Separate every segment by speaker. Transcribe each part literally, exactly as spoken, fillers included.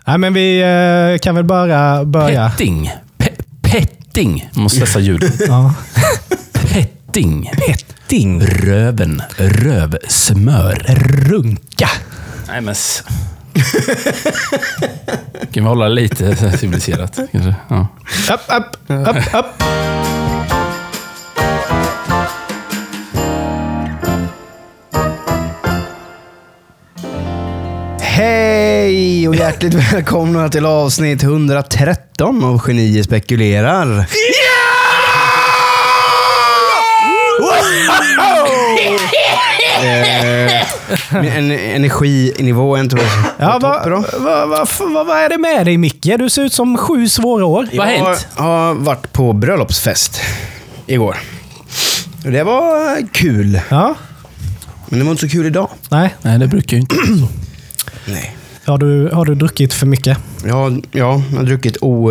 Speaker 1: Nej, men vi eh, kan väl bara börja.
Speaker 2: Petting. Pe- petting. Måste läsa ljud.
Speaker 1: Ja.
Speaker 2: Petting.
Speaker 1: Petting.
Speaker 2: Röven. Rövsmör.
Speaker 1: Runka.
Speaker 2: Nej, men... Kan vi hålla lite civiliserat? Kanske? Ja.
Speaker 1: Upp, upp, upp, upp. Hej och hjärtligt välkomna till avsnitt etthundratretton av Genier spekulerar. eh, en energinivå är inte på
Speaker 3: Ja, vad va, va, va, va är det med dig, Micke? Du ser ut som sju svåra år.
Speaker 2: Vad har hänt?
Speaker 1: Jag har varit på bröllopsfest igår. Och det var kul.
Speaker 3: Ja.
Speaker 1: Men det var inte så kul idag.
Speaker 3: Nej.
Speaker 2: Nej, det brukar ju inte vara så.
Speaker 1: Nej.
Speaker 3: Har du, har du druckit för mycket?
Speaker 1: Ja, ja, jag har druckit o,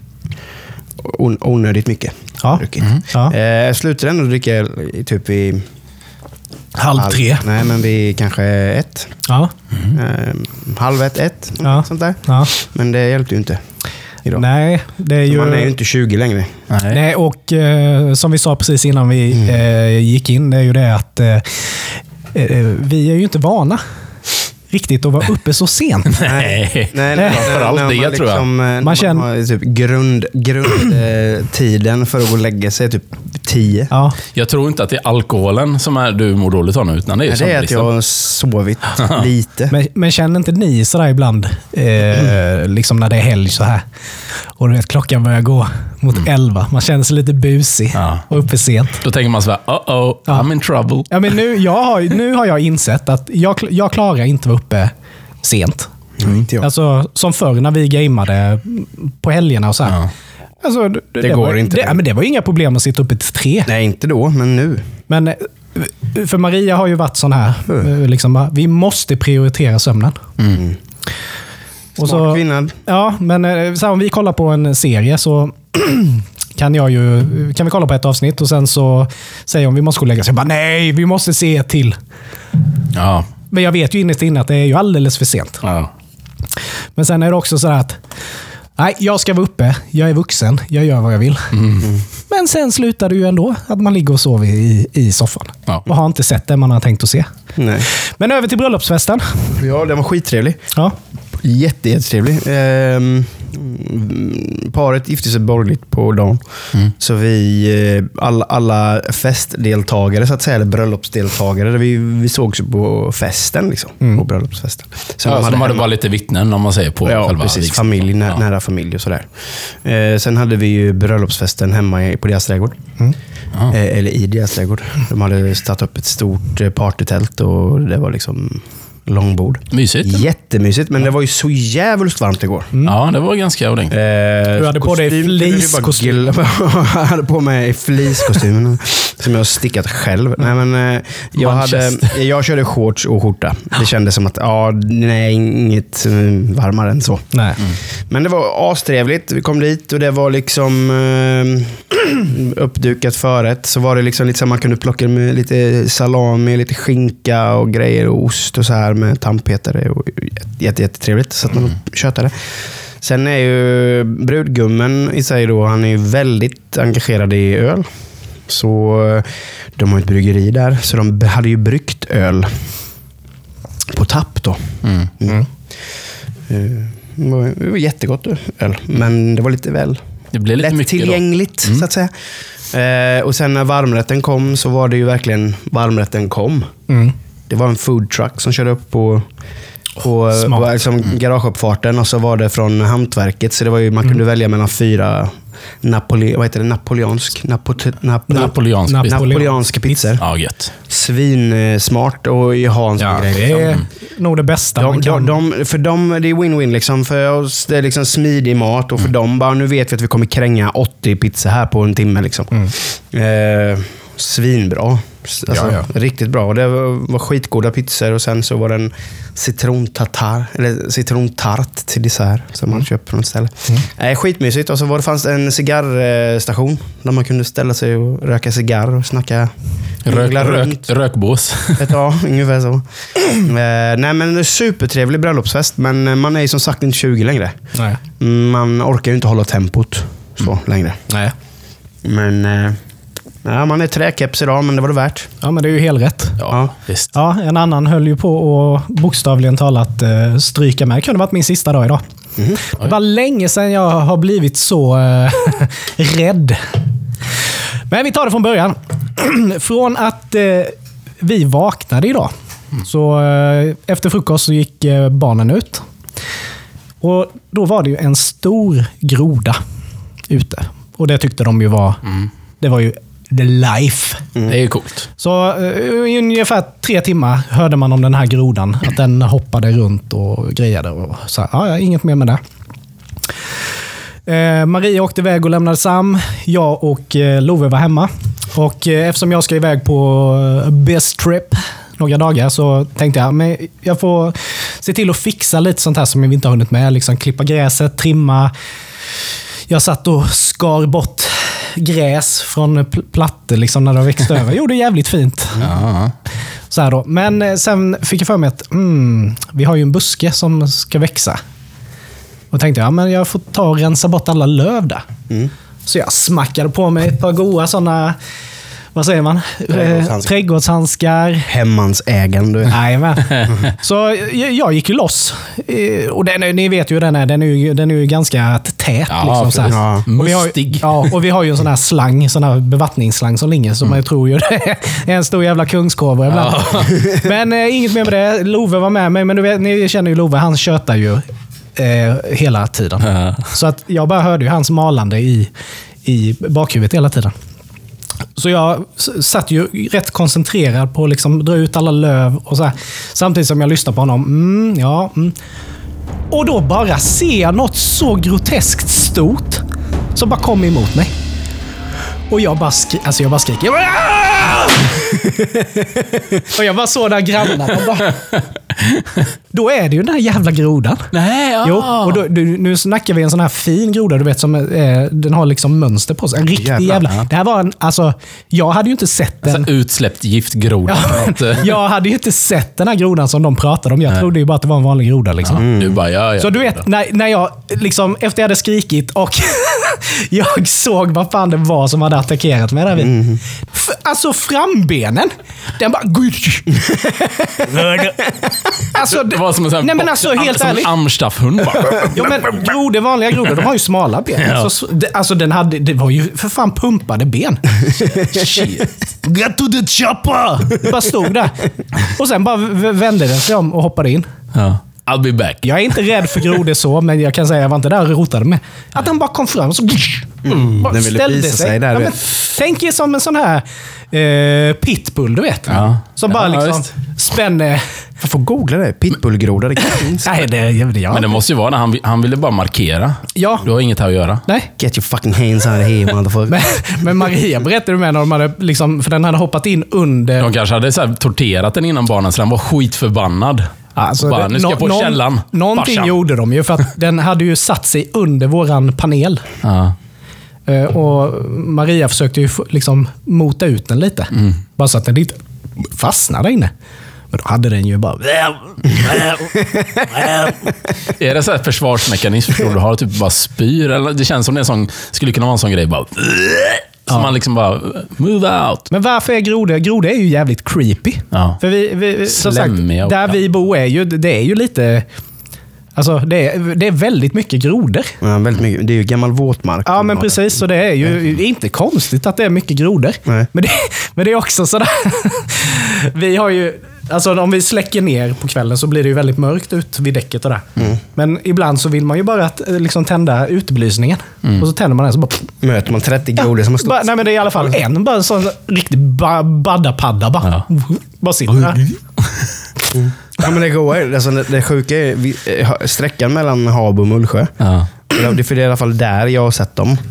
Speaker 1: on, onödigt mycket.
Speaker 3: Ja.
Speaker 1: Druckit.
Speaker 3: Mm. Ja.
Speaker 1: Eh, jag slutade ändå dricka typ vid
Speaker 3: Halv tre.
Speaker 1: Nej, men vi kanske ett.
Speaker 3: Ja.
Speaker 1: Mm. Eh, halv ett, ett.
Speaker 3: Ja.
Speaker 1: Sånt där.
Speaker 3: Ja.
Speaker 1: Men det hjälpte ju inte idag.
Speaker 3: Nej, det är
Speaker 1: Så
Speaker 3: ju...
Speaker 1: man är ju inte tjugo längre.
Speaker 2: Nej.
Speaker 3: Nej, och eh, som vi sa precis innan vi
Speaker 1: Mm.
Speaker 3: eh, gick in, det är ju det att eh, eh, vi är ju inte vana riktigt att vara uppe så sent.
Speaker 2: Nej.
Speaker 1: Nej,
Speaker 3: Nej.
Speaker 2: Framförallt
Speaker 1: när
Speaker 2: det,
Speaker 1: man
Speaker 2: tror jag.
Speaker 1: liksom, eh, när
Speaker 3: Man
Speaker 1: man
Speaker 3: känner-
Speaker 1: har typ grund, grund eh, tiden för att gå och lägga sig typ tio.
Speaker 3: Ja.
Speaker 2: Jag tror inte att det är alkoholen som är du mår dåligt av nu, utan det är ju
Speaker 1: Ja, det är att jag
Speaker 2: sömnbristen.
Speaker 1: har sovit lite.
Speaker 3: Men, men känner inte ni sådär ibland, eh, liksom när det är helg så här, och du vet klockan börjar gå mot elva, man känner sig lite busig
Speaker 2: Ja.
Speaker 3: och uppe sent.
Speaker 2: Då tänker man så här, oh oh,
Speaker 3: Ja.
Speaker 2: I'm in trouble.
Speaker 3: Ja, men nu, jag har, nu har jag insett att jag, jag klarar inte vara uppe sent.
Speaker 1: Mm. Inte jag.
Speaker 3: Alltså, som förr när vi gameade på helgerna och så här.
Speaker 2: Ja.
Speaker 3: Alltså, det, det,
Speaker 1: går
Speaker 3: var,
Speaker 1: inte.
Speaker 3: Det, ja, men det var inga problem att sitta uppe till tre.
Speaker 1: Nej, inte då, men nu.
Speaker 3: Men eh, för Maria har ju varit sån här, eh, liksom, bara, vi måste prioritera sömnen.
Speaker 2: Mm.
Speaker 3: Och
Speaker 1: Smart
Speaker 3: så,
Speaker 1: kvinna.
Speaker 3: ja, men eh, så här, om vi kollar på en serie så kan jag ju kan vi kolla på ett avsnitt och sen så säger hon vi måste gå och lägga sig. Jag bara, nej, vi måste se ett till.
Speaker 2: Ja.
Speaker 3: Men jag vet ju innerst inne att det är ju alldeles för sent.
Speaker 2: Ja.
Speaker 3: Men sen är det också så här att nej, jag ska vara uppe, jag är vuxen, jag gör vad jag vill.
Speaker 2: Mm.
Speaker 3: Men sen slutar det ju ändå att man ligger och sover i, i soffan.
Speaker 2: Ja.
Speaker 3: Och har inte sett det man har tänkt att se.
Speaker 1: Nej.
Speaker 3: Men över till bröllopsfesten.
Speaker 1: Ja, den var skittrevlig.
Speaker 3: Ja.
Speaker 1: Jätte, jättetrevlig. Ehm, paret gifte sig borgerligt på dagen.
Speaker 2: Mm.
Speaker 1: Så vi, eh, alla, alla festdeltagare, så att säga, eller bröllopsdeltagare, vi, vi sågs ju på festen, liksom.
Speaker 3: Mm.
Speaker 1: På bröllopsfesten. Så
Speaker 2: Ja,
Speaker 1: de
Speaker 2: så de hade
Speaker 1: hemma-
Speaker 2: bara lite vittnen, om man säger, på
Speaker 1: Ja,
Speaker 2: själva
Speaker 1: precis.
Speaker 2: vigseln.
Speaker 1: Familj, nä,
Speaker 2: Ja.
Speaker 1: nära familj och sådär. Eh, sen hade vi ju bröllopsfesten hemma i, på deras trädgård.
Speaker 3: Mm.
Speaker 2: Ja.
Speaker 1: Eh, eller i deras trädgård. De hade startat upp ett stort eh, partytält och det var liksom långbord.
Speaker 2: Mysigt.
Speaker 1: Jättemysigt, men det var ju så jävligt varmt igår.
Speaker 2: Ja, det var ganska ordentligt.
Speaker 1: Eh,
Speaker 3: Du hade på dig
Speaker 1: kostym-
Speaker 3: fleecekostym.
Speaker 1: Jag hade på mig fleecekostymen som jag har stickat själv. Nej, men, eh, jag, hade,
Speaker 2: Manchester.
Speaker 1: jag körde shorts och skjorta. Det kändes som att ja, nej, inget eh, varmare än så.
Speaker 3: Nej.
Speaker 1: Men det var astrevligt. Vi kom dit och det var liksom eh, uppdukat förrätt. Så var det liksom lite så man kunde plocka med lite salami, lite skinka och grejer och ost och så här med tandpetare och jätte, jättetrevligt så att man kötade. Sen är ju brudgummen i sig då, han är ju väldigt engagerad i öl. Så eh, de har ett bryggeri där, så de hade ju bryggt öl på tapp då.
Speaker 2: Mm.
Speaker 1: Mm. Eh, Det var, det var jättegott öl, men det var lite väl
Speaker 2: Det blev lite
Speaker 1: lätt
Speaker 2: mycket
Speaker 1: tillgängligt,
Speaker 2: Mm.
Speaker 1: så att säga. Eh, och sen när varmrätten kom så var det ju verkligen varmrätten kom.
Speaker 3: Mm.
Speaker 1: Det var en food truck som körde upp på, på,
Speaker 3: Smart.
Speaker 1: på liksom garageuppfarten och så var det från hantverket, så det var ju, man kunde välja mellan fyra Napole, vad heter det? Napoleonsk Napot, nap,
Speaker 2: då. Napoleansk
Speaker 3: Nap-
Speaker 2: pizza.
Speaker 1: napoleanska pizzor.
Speaker 2: Ja, gött.
Speaker 1: Svinsmart och i Hans
Speaker 3: Ja,
Speaker 1: grejer.
Speaker 3: det är
Speaker 1: liksom.
Speaker 3: nog det bästa man
Speaker 1: De,
Speaker 3: kan.
Speaker 1: de, de, för dem det är win-win liksom. För oss det är liksom smidig mat och för dem bara, nu vet vi att vi kommer kränga åttio pizza här på en timme liksom.
Speaker 3: Mm.
Speaker 1: Eh, svinbra. Alltså,
Speaker 3: Ja, ja.
Speaker 1: Riktigt bra. Och det var, var skitgoda pizzor och sen så var det en citrontartar eller citrontart till dessert som man köper från ett ställe. Mm. Äh, skitmysigt. Och så var det fanns en cigarrstation där man kunde ställa sig och röka cigarr och snacka
Speaker 2: Rök, rök, rökbås.
Speaker 1: Ja, ungefär så. eh, nej men supertrevlig bröllopsfest, men man är ju som sagt inte tjugo längre.
Speaker 3: Nej.
Speaker 1: Man orkar ju inte hålla tempot så mm. längre.
Speaker 3: Nej.
Speaker 1: Men eh, ja, man är träkeps idag, men det var det värt.
Speaker 3: Ja, men det är ju helt rätt.
Speaker 2: Ja,
Speaker 1: ja.
Speaker 2: Visst.
Speaker 3: Ja, en annan höll ju på att bokstavligen talat eh, stryka med. Det kunde varit min sista dag idag. Mm. Det var länge sedan jag har blivit så eh, rädd. Men vi tar det från början. Från att eh, vi vaknade idag. Mm. Så eh, efter frukost så gick eh, barnen ut. Och då var det ju en stor groda ute. Och det tyckte de ju var... Mm. Det var ju the life.
Speaker 2: Mm. Det är ju coolt.
Speaker 3: Så uh, i ungefär tre timmar hörde man om den här grodan. Att den hoppade runt och grejade. Och så, ja, inget mer med det. Eh, Maria åkte iväg och lämnade Sam. Jag och eh, Love var hemma. Och eh, eftersom jag ska iväg på uh, best trip några dagar så tänkte jag men jag får se till att fixa lite sånt här som vi inte har hunnit med. Liksom klippa gräset, trimma. Jag satt och skar bort gräs från plattor liksom när det har växt över. Jo, det är jävligt fint.
Speaker 2: Ja.
Speaker 3: Så här då. Men sen fick jag för mig att mm, vi har ju en buske som ska växa. Och tänkte jag, ja, men jag får ta och rensa bort alla löv där. Mm. Så jag smackade på mig ett par goda sådana, vad säger man? Trädgårdshandskar. Trädgårdshandskar.
Speaker 1: Hemmansägande.
Speaker 3: Nej, men. Så jag, jag gick ju loss. Och den, ni vet ju den är, den är ju, den är ju ganska tät.
Speaker 2: Ja,
Speaker 3: liksom, så här.
Speaker 1: Ja.
Speaker 3: Och vi har, ja, och vi har ju en sån här slang, sån här bevattningsslang som ligger, som mm. jag tror ju det är en stor jävla kungskorv ibland. Ja. Men eh, inget mer med det. Love var med mig, men du vet, ni känner ju Love, han tjötar ju eh, hela tiden. Ja. Så att jag bara hörde ju hans malande i, i bakhuvudet hela tiden. Så jag satt ju rätt koncentrerad på att liksom dra ut alla löv och så här, samtidigt som jag lyssnade på honom. Mm, ja, mm. Och då bara ser jag något så groteskt stort som bara kom emot mig. Och jag bara, skri- alltså jag bara skriker. Och jag bara såg där grannarna. Bara... Då är det ju den här jävla grodan.
Speaker 2: Nej, ja.
Speaker 3: Jo, och då, du, nu snackar vi en sån här fin groda, du vet, som är, den har liksom mönster på sig. En riktig jävla... jävla. Det här var en, alltså, jag hade ju inte sett den.
Speaker 2: Alltså, utsläppt giftgroda.
Speaker 3: Ja, jag hade ju inte sett den här grodan som de pratade om. Jag Nej. trodde ju bara att det var en vanlig groda. Liksom.
Speaker 2: Mm. Du bara, ja, ja,
Speaker 3: så du vet, när, när jag, liksom, efter jag hade skrikit och jag såg vad fan det var som hade attackerat mig där vid. Mm. F- alltså frambenen. Den bara...
Speaker 2: Alltså, det var som en sån här,
Speaker 3: nej, men alltså, helt
Speaker 2: som
Speaker 3: ärligt.
Speaker 2: en amstaffhund bara.
Speaker 3: Ja, men grodor, vanliga grodor, de har ju smala ben. Ja. Så, det, alltså den hade, det var ju för fan pumpade ben. Shit. Get to the chopper! Det bara stod där. Och sen bara vände den sig om och hoppade in.
Speaker 2: Ja. I'll be back.
Speaker 3: Jag är inte rädd för grodor så, men jag kan säga att jag var inte där och rotade med. Att han bara kom fram och så
Speaker 1: mm, bara den ville ställde visa sig. sig där, ja, men,
Speaker 3: tänk er som en sån här eh, pitbull, du vet. Ja. Som bara
Speaker 2: ja,
Speaker 3: liksom spänner...
Speaker 1: Jag får googla det. Pitbullgroda, det finns.
Speaker 3: Nej, det, det, ja.
Speaker 2: Men det måste ju vara när han, han ville bara markera.
Speaker 3: Ja.
Speaker 2: Du har inget här att göra.
Speaker 3: Nej.
Speaker 1: Get your fucking hands out of here, motherfucker.
Speaker 3: men, men Maria berättade med när de hade liksom, för den hade hoppat in under...
Speaker 2: De kanske hade så här torterat den innan barnen, så den var skitförbannad.
Speaker 3: Alltså,
Speaker 2: bara, nu ska jag på
Speaker 3: no,
Speaker 2: källan.
Speaker 3: Någonting Farsan. Gjorde de ju, för att den hade ju satt sig under våran panel.
Speaker 2: Ja.
Speaker 3: Uh, och Maria försökte ju liksom mota ut den lite. Mm. Bara så att den inte fastnade inne. Men då hade den ju bara...
Speaker 2: Är det så här försvarsmekanism som du har, typ bara spyr? Eller det känns som det är en sån, skulle kunna vara en sån grej. Bara... Så ja. Man liksom bara, move out.
Speaker 3: Men varför är grodor? Grodor är ju jävligt creepy. Ja. För vi, vi som sagt, där vi bor är ju, det är ju lite... Alltså det är, det är väldigt mycket grodor.
Speaker 1: Ja, väldigt mycket. Det är ju gammal våtmark.
Speaker 3: Ja, men precis. Så det är ju mm. inte konstigt att det är mycket grodor. Nej. Men, det, men det är också sådär... Vi har ju... Alltså om vi släcker ner på kvällen så blir det ju väldigt mörkt ut vid däcket och där. Mm. Men ibland så vill man ju bara att, liksom, tända utebelysningen. Mm. Och så tänder man den så bara...
Speaker 1: Möter man trettio grodor ja, som har stått...
Speaker 3: Bara, nej, men det är i alla fall en. Bara en sån riktig ba- badda-padda. Bara, ja. bara sitter där.
Speaker 1: Mm. Ja, men det går. Alltså, det, det sjuka är vi, sträckan mellan Habo och Mullsjö. Ja. Det är för det är i alla fall där jag har sett dem.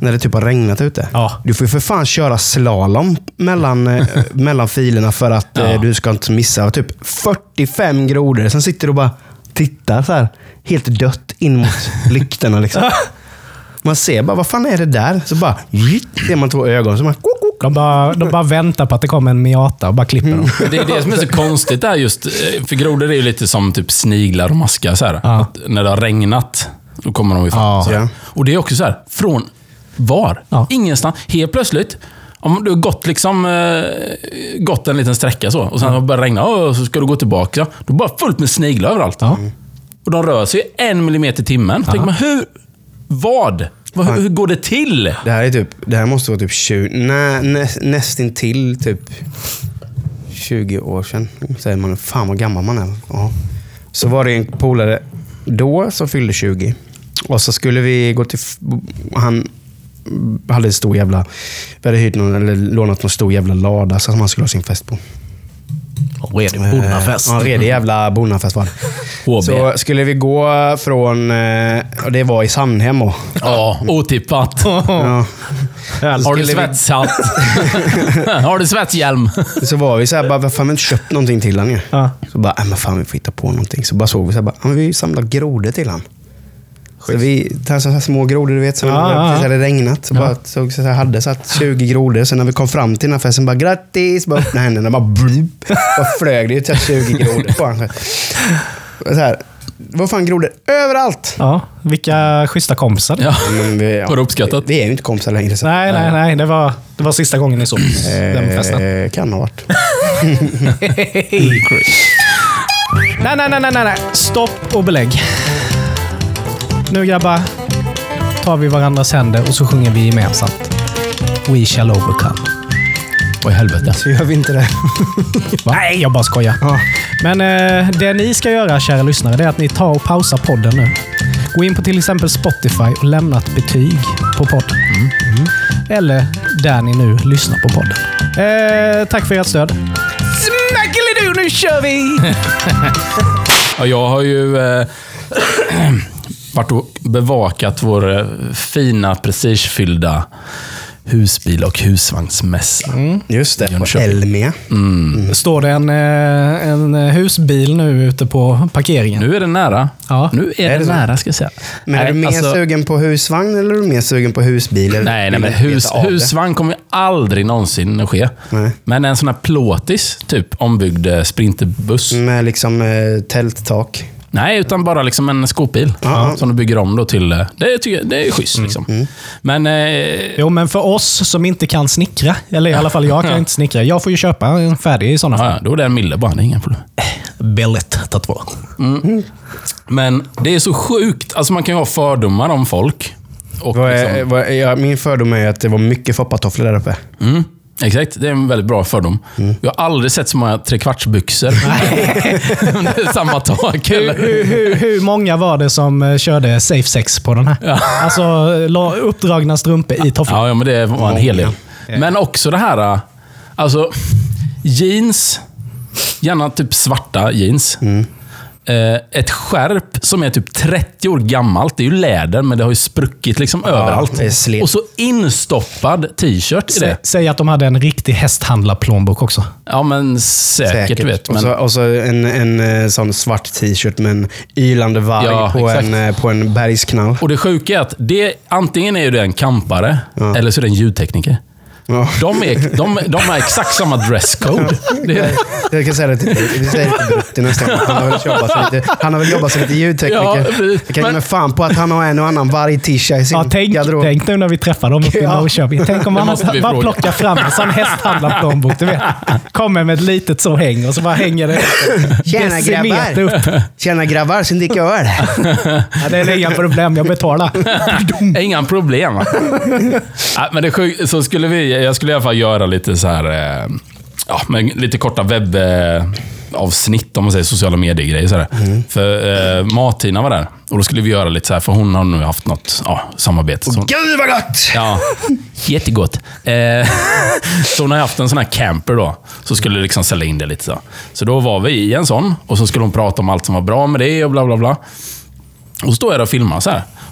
Speaker 1: När det typ har regnat ute.
Speaker 3: Ja.
Speaker 1: Du får ju för fan köra slalom mellan, eh, mellan filerna för att
Speaker 2: Ja.
Speaker 1: eh, du ska inte missa typ fyrtiofem grodor. Sen sitter du och bara tittar så här helt dött in mot lyktorna liksom. Man ser bara, vad fan är det där? Så bara, ser man två ögon så man, kok, kok.
Speaker 3: De bara, de bara väntar på att det kommer en Miata och bara klipper dem.
Speaker 2: Det är det som är så konstigt där just, för grodor är ju lite som typ sniglar och maskar så här.
Speaker 3: Ja.
Speaker 2: Att när det har regnat, då kommer de ju fram.
Speaker 3: Ja.
Speaker 2: Så här.
Speaker 1: Ja.
Speaker 2: Och det är också så här, från var?
Speaker 3: Ja.
Speaker 2: Ingenstans. Helt plötsligt, om du har gått, liksom, eh, gått en liten sträcka så, och sen har det börjat regna, och så ska du gå tillbaka. Då är bara fullt med sniglar överallt.
Speaker 3: Ja.
Speaker 2: Och de rör sig en millimeter i timmen. Tänker man, hur? Vad? Vad- Hur, hur går det till?
Speaker 1: Det här är typ, det här måste vara typ tjugo, nä, nä, nästintill typ tjugo år sedan. Säger man, fan vad gammal man är. Ja. Så var det en polare då som fyllde tjugo. Och så skulle vi gå till, han hade en stor jävla, vi hade hyrt någon, eller lånat någon stor jävla lada som man skulle ha sin fest på.
Speaker 3: Redig bonnafest.
Speaker 1: Ja, redig jävla bonnafest var det.
Speaker 2: H B.
Speaker 1: Så skulle vi gå från, eh, och det var i Sandhem. Och,
Speaker 2: Ja, otippat.
Speaker 1: ja,
Speaker 2: Har du
Speaker 1: skulle vi-
Speaker 2: svetshatt? Har du svetshjälm?
Speaker 1: så var vi så här, bara, varför har vi inte köpt någonting till han ju?
Speaker 3: Ja.
Speaker 1: Så bara, äh, men fan vi får hitta på någonting. Så bara såg vi så här, bara, ja, men vi samlar grodor till han. Så vi tar så här små grodor, du vet, så
Speaker 3: Ja,
Speaker 1: när
Speaker 3: ja,
Speaker 1: det
Speaker 3: ja.
Speaker 1: hade regnat. Så bara, så, så här, hade så här tjugo grodor. Sen när vi kom fram till den här festen, bara grattis, bara öppnade händerna, bara blup. Bara flög det ut så här tjugo grodor på han. Så här, vad fan grodor? Överallt!
Speaker 3: Ja, vilka schyssta kompisar.
Speaker 2: Ja.
Speaker 1: Men vi, ja,
Speaker 2: Var det uppskattat?
Speaker 1: Vi, vi är ju inte kompisar längre. Så.
Speaker 3: Nej, nej, nej. Det var, det var sista gången ni såg den festen.
Speaker 1: Eh, kan ha varit.
Speaker 3: Nej, nej, nej, nej, nej. Stopp och belägg. Nu grabbar tar vi varandras händer och så sjunger vi gemensamt. We shall overcome.
Speaker 2: Oj, helvete.
Speaker 1: Så gör vi inte det.
Speaker 3: Nej, jag bara skojar.
Speaker 1: Ja.
Speaker 3: Men eh, det ni ska göra, kära lyssnare, det är att ni tar och pausar podden nu. Gå in på till exempel Spotify och lämna ett betyg på podden. Mm. Eller där ni nu lyssnar på podden. Eh, tack för ert stöd. Smackelidu, nu kör vi!
Speaker 2: Ja, jag har ju eh, varit och bevakat vår eh, fina, prestigefyllda husbil- och husvagnsmässa.
Speaker 1: Just det, på
Speaker 2: Jönköping.
Speaker 1: Elmia.
Speaker 3: Står det en, eh, en husbil nu ute på parkeringen?
Speaker 2: Nu är det nära.
Speaker 3: Ja.
Speaker 2: Nu är,
Speaker 1: Är
Speaker 2: det,
Speaker 1: det så?
Speaker 2: nära, ska jag säga.
Speaker 1: Men är
Speaker 2: Nej,
Speaker 1: du mer
Speaker 2: alltså-
Speaker 1: sugen på husvagn eller är du mer sugen på husbil? Eller
Speaker 2: Nej, nej,
Speaker 1: vill
Speaker 2: men
Speaker 1: du
Speaker 2: hus,
Speaker 1: veta av det?
Speaker 2: husvagn kommer ju aldrig någonsin ske.
Speaker 1: Nej.
Speaker 2: Men en sån här plåtis, typ ombyggd eh, sprinterbuss.
Speaker 1: Med liksom eh, tälttak.
Speaker 2: Nej, utan bara liksom en skåpbil
Speaker 1: Ja.
Speaker 2: som du bygger om då till... eh, Det tycker jag, det är schysst liksom. Men... Eh,
Speaker 3: Jo, men för oss som inte kan snickra, eller i alla fall jag kan inte snickra, jag får ju köpa en färdig i sådana fall.
Speaker 2: ja, då är det en mille bara, det är inga problem.
Speaker 3: Billigt, ta två.
Speaker 2: Men det är så sjukt. Alltså man kan ju ha fördomar om folk. Och
Speaker 1: Vad är,
Speaker 2: liksom,
Speaker 1: vad är, ja, min fördom är att det var mycket foppatofflor där uppe.
Speaker 2: mm, exakt, det är en väldigt bra fördom. Jag har aldrig sett så många trekvartsbyxor under samma tak.
Speaker 3: Hur,
Speaker 2: Eller?
Speaker 3: hur, hur, hur många var det som eh, körde safe sex på den här? Alltså la- uppdragna strumpor i tofflor.
Speaker 2: Ja, ja, men det var en hel del. Men också det här, alltså jeans, gärna typ svarta jeans. Eh, ett skärp som är typ trettio år gammalt. Det är ju läder, men det har ju spruckit liksom överallt.
Speaker 1: det är slet.
Speaker 2: Och så instoppad t-shirt i
Speaker 3: Sä,
Speaker 2: det.
Speaker 3: säg att de hade en riktig hästhandlarplånbok också.
Speaker 2: Ja, men säkert, du vet.
Speaker 1: Och,
Speaker 2: Men,
Speaker 1: så, och så en, en eh, sån svart t-shirt med en ylande varg
Speaker 2: Ja,
Speaker 1: på,
Speaker 2: exakt.
Speaker 1: en, eh, på en bergsknall.
Speaker 2: och det sjuka är att det, antingen är det en kampare, eller så är det en ljudtekniker.
Speaker 1: Ja.
Speaker 2: De, är, de, de har exakt samma dresscode. Det,
Speaker 1: Jag kan säga det till, vi säger det till Brutti nästa gång. Han har väl jobbat som lite, han har väl jobbat som lite ljudtekniker.
Speaker 2: Ja, precis.
Speaker 1: Jag kan
Speaker 2: Men-
Speaker 1: ge mig fan på att han har en och annan varg-tisha i sin
Speaker 3: Ja, tänk,
Speaker 1: garderob.
Speaker 3: tänk nu när vi träffar dem uppe i
Speaker 1: Ja.
Speaker 3: Norrköping. Tänk om
Speaker 2: Det
Speaker 3: man
Speaker 2: måste vi
Speaker 3: bara
Speaker 2: fråga.
Speaker 3: plockar fram en sån hästhandlarplånbok. Du vet. Kommer med ett litet så häng och så bara hänger det
Speaker 1: Tjena
Speaker 3: decimeter upp.
Speaker 1: grabbar! Tjena grabbar, sen dricker jag öl.
Speaker 3: Ja, det är inga problem, jag betalar.
Speaker 2: inga problem. Va? Ja, men det är sjukt. Så skulle vi, jag skulle i alla fall göra lite så här, eh, ja, men lite korta webbavsnitt, om man säger sociala medier-grejer. Så här. För eh, Martina var där. Och då skulle vi göra lite så här, för hon har nu haft något ja, samarbete. Så,
Speaker 1: Gud vad gott!
Speaker 2: ja, jättegott. Eh, så hon har haft en sån här camper då. Så skulle det liksom sälja in det lite så. Så då var vi i en sån. Och så skulle hon prata om allt som var bra med det och bla bla bla. Och så står jag där och filmar så här.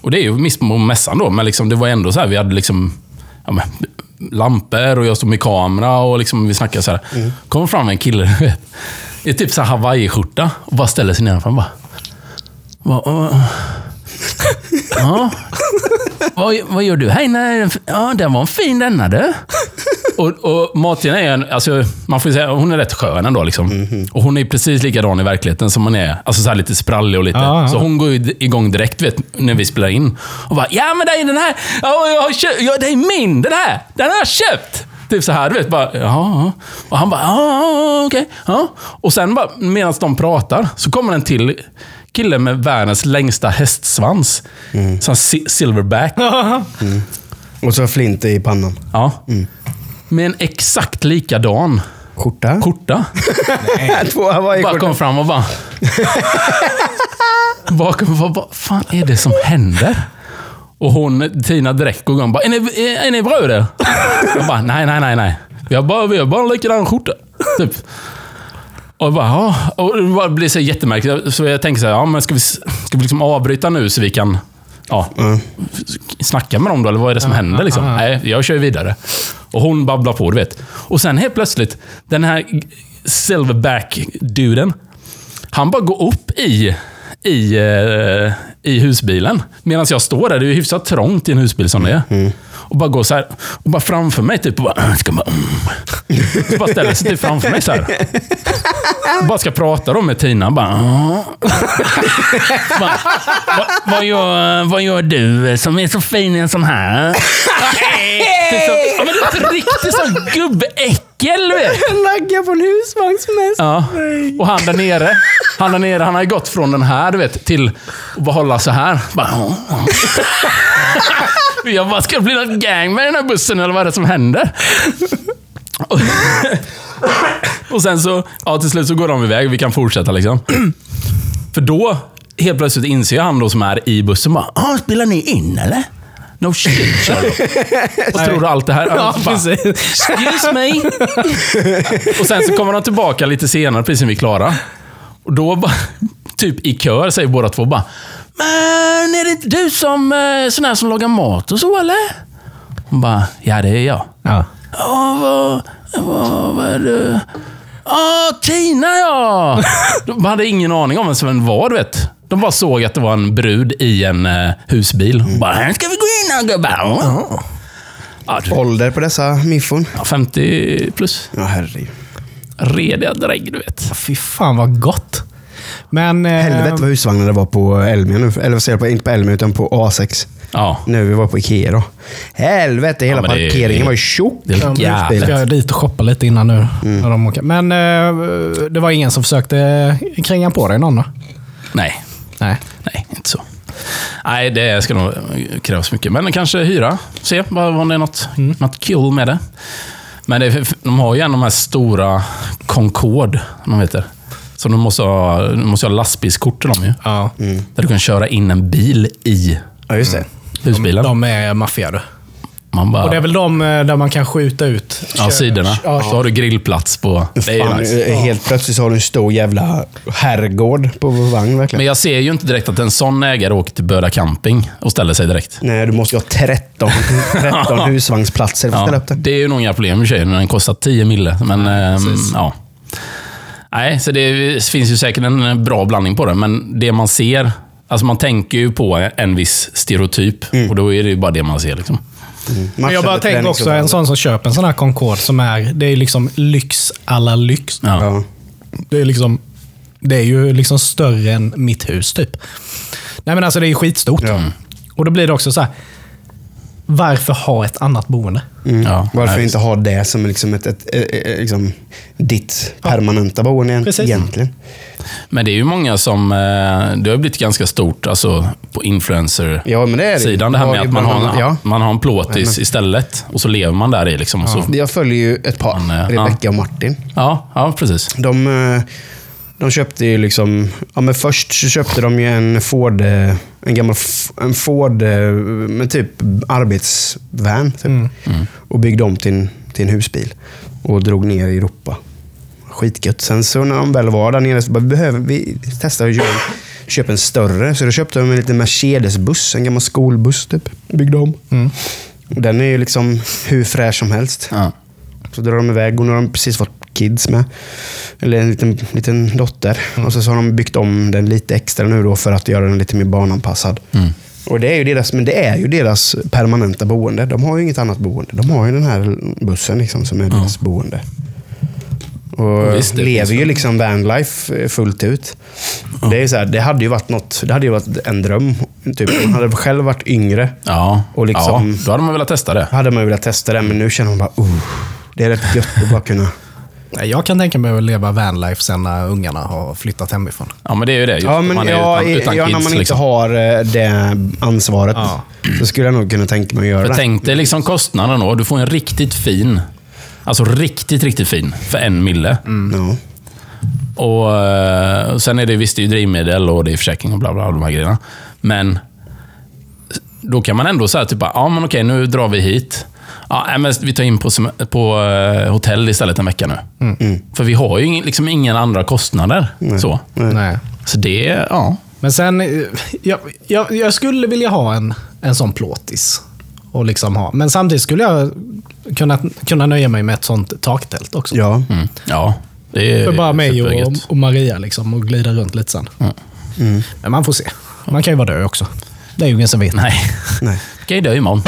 Speaker 2: Och det är ju mitt på mässan då, men liksom, det var ändå så här, vi hade liksom ja, men, lampor och jag stod med kamera och liksom, vi snackade så här. Mm. Kommer fram en kille, du vet, i typ så här Hawaii-skjorta och bara ställer sig nedanför och bara... Va, uh, ja. vad, vad gör du? Hej, nej, ja, den var en fin denna, du. Och, och Martin är en, alltså, man får säga, hon är rätt skön ändå liksom. Mm-hmm. Och hon är precis likadan i verkligheten som man är. Alltså så här lite sprallig och lite. Ah, så hon går ju igång direkt, vet, när vi spelar in. Och bara, ja men det är den här. Ja, jag har köpt, ja, det är min, den här. Den har jag köpt. Typ så här, du vet, bara, ja. Och han bara, ja, okej. Ja. Och sen bara, medan de pratar, så kommer en till kille med världens längsta hästsvans. Mm. Sån si- silverback.
Speaker 1: Mm. Och så flint i pannan.
Speaker 2: Ja. Mm. Med en exakt likadan
Speaker 1: skjorta.
Speaker 2: Korta.
Speaker 1: Nej. Två Hawaii
Speaker 2: bara kom fram och bara... Bakom, vad, vad fan är det som händer? Och hon, Tina direkt går igång bara, är ni, är, är ni bröder? Jag bara, nej, nej, nej, nej. Vi har bara, vi har bara en likadan skjorta. Typ. Och bara, ja. Och det bara blir så jättemärkligt. Så jag tänker så här, ja, men ska vi, ska vi liksom avbryta nu så vi kan... Ja, mm. snacka med dem då, eller vad är det som mm, händer liksom? Mm. Nej, jag kör vidare. Och hon babblar på, du vet. Och sen helt plötsligt, den här silverback-duden, han bara går upp i i, uh, i husbilen. Medan jag står där, det är ju hyfsat trångt i en husbil som det är. Mm. Och bara går så här, och bara framför mig typ, och bara, ska bara, mm. Så bara ställer sig typ framför mig så här. Och bara ska prata då med Tina. Bara, bara vad, vad, gör, vad gör du som är så fin i en sån här? Det är, så, ja, men det är ett riktigt sån gubbäckel, vet.
Speaker 3: Lagga på en husvagnsmäss.
Speaker 2: Ja. Och han där nere, han där nere, han har gått från den här, du vet, till att bara hålla så här. Bara, jag bara, ska det bli något gang med den här bussen eller vad är det som händer? Och, och sen så, ja, till slut så går de iväg. Vi kan fortsätta liksom. För då, helt plötsligt inser han då som är i bussen bara, ah, spelar ni in eller? No shit, kör. Och tror du allt det här?
Speaker 3: Ja, bara,
Speaker 2: excuse me. Och sen så kommer de tillbaka lite senare, precis som vi är klara. Och då bara, typ i kör säger båda två bara, men är det inte du som sån här som lagar mat och så, eller? Hon bara, ja det är jag.
Speaker 3: Ja.
Speaker 2: Ja, vad, vad, vad är det? Ja, Tina, ja. De hade ingen aning om vem som var, du vet. De bara såg att det var en brud i en uh, husbil. Och bara, här ska vi gå in och gubbar. Ja.
Speaker 1: Ja, ålder på dessa miffon?
Speaker 2: Ja, femtio plus.
Speaker 1: Ja, herregud.
Speaker 2: Rediga drägg, du vet.
Speaker 3: Ja, fy fan vad gott. Men... Eh...
Speaker 1: Helvete vad husvagnen det var på Elmia nu. Eller vad säger jag på, inte på Elmia utan på A sex.
Speaker 2: Ja.
Speaker 1: Nu vi var på Ikea då. Helvete, hela ja, parkeringen det, var ju tjock.
Speaker 3: Det är ja, ska jag dit och shoppa lite innan nu. Mm. När de åker. Men eh, det var ingen som försökte kränga på dig någon då?
Speaker 2: Nej.
Speaker 3: Nej.
Speaker 2: Nej, inte så. Nej, det ska nog krävas mycket. Men kanske hyra. Se om det är något, mm. något kul med det. Men det, de har ju en av de här stora Concorde, de heter. Så de måste ha, de måste ha lastbilskort till dem ju.
Speaker 3: Ja. Mm.
Speaker 2: Där du kan köra in en bil i
Speaker 1: ja, just det.
Speaker 2: husbilen.
Speaker 3: De, de är maffiga.
Speaker 2: Man bara,
Speaker 3: och det är väl de där man kan skjuta ut
Speaker 2: ja, sidorna. Ja. Så har du grillplats på.
Speaker 1: Det är fan, nice. Helt plötsligt så har du en stor jävla herrgård på vår vagn verkligen.
Speaker 2: Men jag ser ju inte direkt att en sån ägare åker till Böda camping och ställer sig direkt.
Speaker 1: Nej, du måste ju ha tretton, tretton husvagnsplatser för att ställa upp den.
Speaker 2: Det är ju nog inga problem i sig när den kostar tio mille. Men ja, ähm, ja. Nej, så det finns ju säkert en bra blandning på det. Men det man ser, alltså man tänker ju på en viss stereotyp. Mm. Och då är det ju bara det man ser liksom.
Speaker 3: Mm. Men jag bara tänker också en sån som köper en sån här Concorde som är, det är liksom lyx alla lyx.
Speaker 2: Ja.
Speaker 3: Det är liksom, det är ju liksom större än mitt hus typ. Nej men alltså det är ju skitstort. Ja. Och då blir det också så här, varför ha ett annat boende?
Speaker 1: Mm. Ja, varför nej, inte ha det som liksom ett, ett, ett, ett liksom ditt permanenta boende precis. Egentligen.
Speaker 2: Men det är ju många som det har blivit ganska stort alltså på influencer
Speaker 1: ja, men det är det.
Speaker 2: Sidan det här med att man har, en, ja. man har en plåtis ja, istället och så lever man där i liksom. Och
Speaker 1: ja.
Speaker 2: så.
Speaker 1: Jag följer ju ett par, men, Rebecca ja. och Martin.
Speaker 2: Ja, ja precis.
Speaker 1: De, de köpte ju liksom, ja men först så köpte de ju en Ford, en gammal en Ford med typ arbetsvan typ, mm. Mm. och byggde om till en, till en husbil och drog ner i Europa. Skitgött. Sen så när de väl var där nere så bara, behöver vi testa att köra, köpa en större. Så då köpte de en liten Mercedes-buss, en gammal skolbuss typ. Byggde om. Mm. Den är ju liksom hur fräsch som helst. Ja. Så drar de iväg och nu har de precis fått kids med. Eller en liten, liten dotter. Mm. Och så, så har de byggt om den lite extra nu då för att göra den lite mer barnanpassad. Mm. Och det är ju deras, men det är ju deras permanenta boende. De har ju inget annat boende. De har ju den här bussen liksom som är mm. deras boende. Och visst, lever ju liksom vanlife fullt ut. Ja. Det är så här, det hade ju varit något, det hade ju varit en dröm typ. Man hade själv varit yngre.
Speaker 2: Ja.
Speaker 1: Och liksom,
Speaker 2: ja, då hade man velat testa det.
Speaker 1: Hade man velat testa det, men nu känner man bara uh, det är rätt gött att bara kunna.
Speaker 3: Jag kan tänka mig att leva vanlife sen när ungarna har flyttat hemifrån.
Speaker 2: Ja, men det är ju det. Just
Speaker 1: ja, men
Speaker 2: man är
Speaker 1: ja,
Speaker 2: utan, utan
Speaker 1: ja,
Speaker 2: kids,
Speaker 1: när man inte
Speaker 2: liksom.
Speaker 1: har det ansvaret ja. Så skulle jag nog kunna tänka mig att göra
Speaker 2: för
Speaker 1: det.
Speaker 2: Tänk dig liksom kostnaden då. Du får en riktigt fin, alltså riktigt, riktigt fin för en mille.
Speaker 1: Mm. Ja.
Speaker 2: Och sen är det visst det är drivmedel och det är försäkring och bla bla, de här grejerna. Men då kan man ändå säga typ, ja men okej, nu drar vi hit. Ja, men vi tar in på, på hotell istället en vecka nu. Mm. Mm. För vi har ju liksom ingen andra kostnader.
Speaker 1: Nej.
Speaker 2: Så.
Speaker 3: Nej.
Speaker 2: Så det, ja.
Speaker 3: Men sen, jag, jag, jag skulle vilja ha en, en sån plåtis. Och liksom ha. Men samtidigt skulle jag kunna, kunna nöja mig med ett sånt taktält också.
Speaker 1: Ja.
Speaker 2: Mm. Ja. Det är
Speaker 3: för bara mig och, och Maria liksom, och glida runt lite sen. Mm. Mm. Men man får se. Man kan ju vara död också. Det är ju ingen som vet.
Speaker 2: Nej. Nej. Kan ju dö imorgon.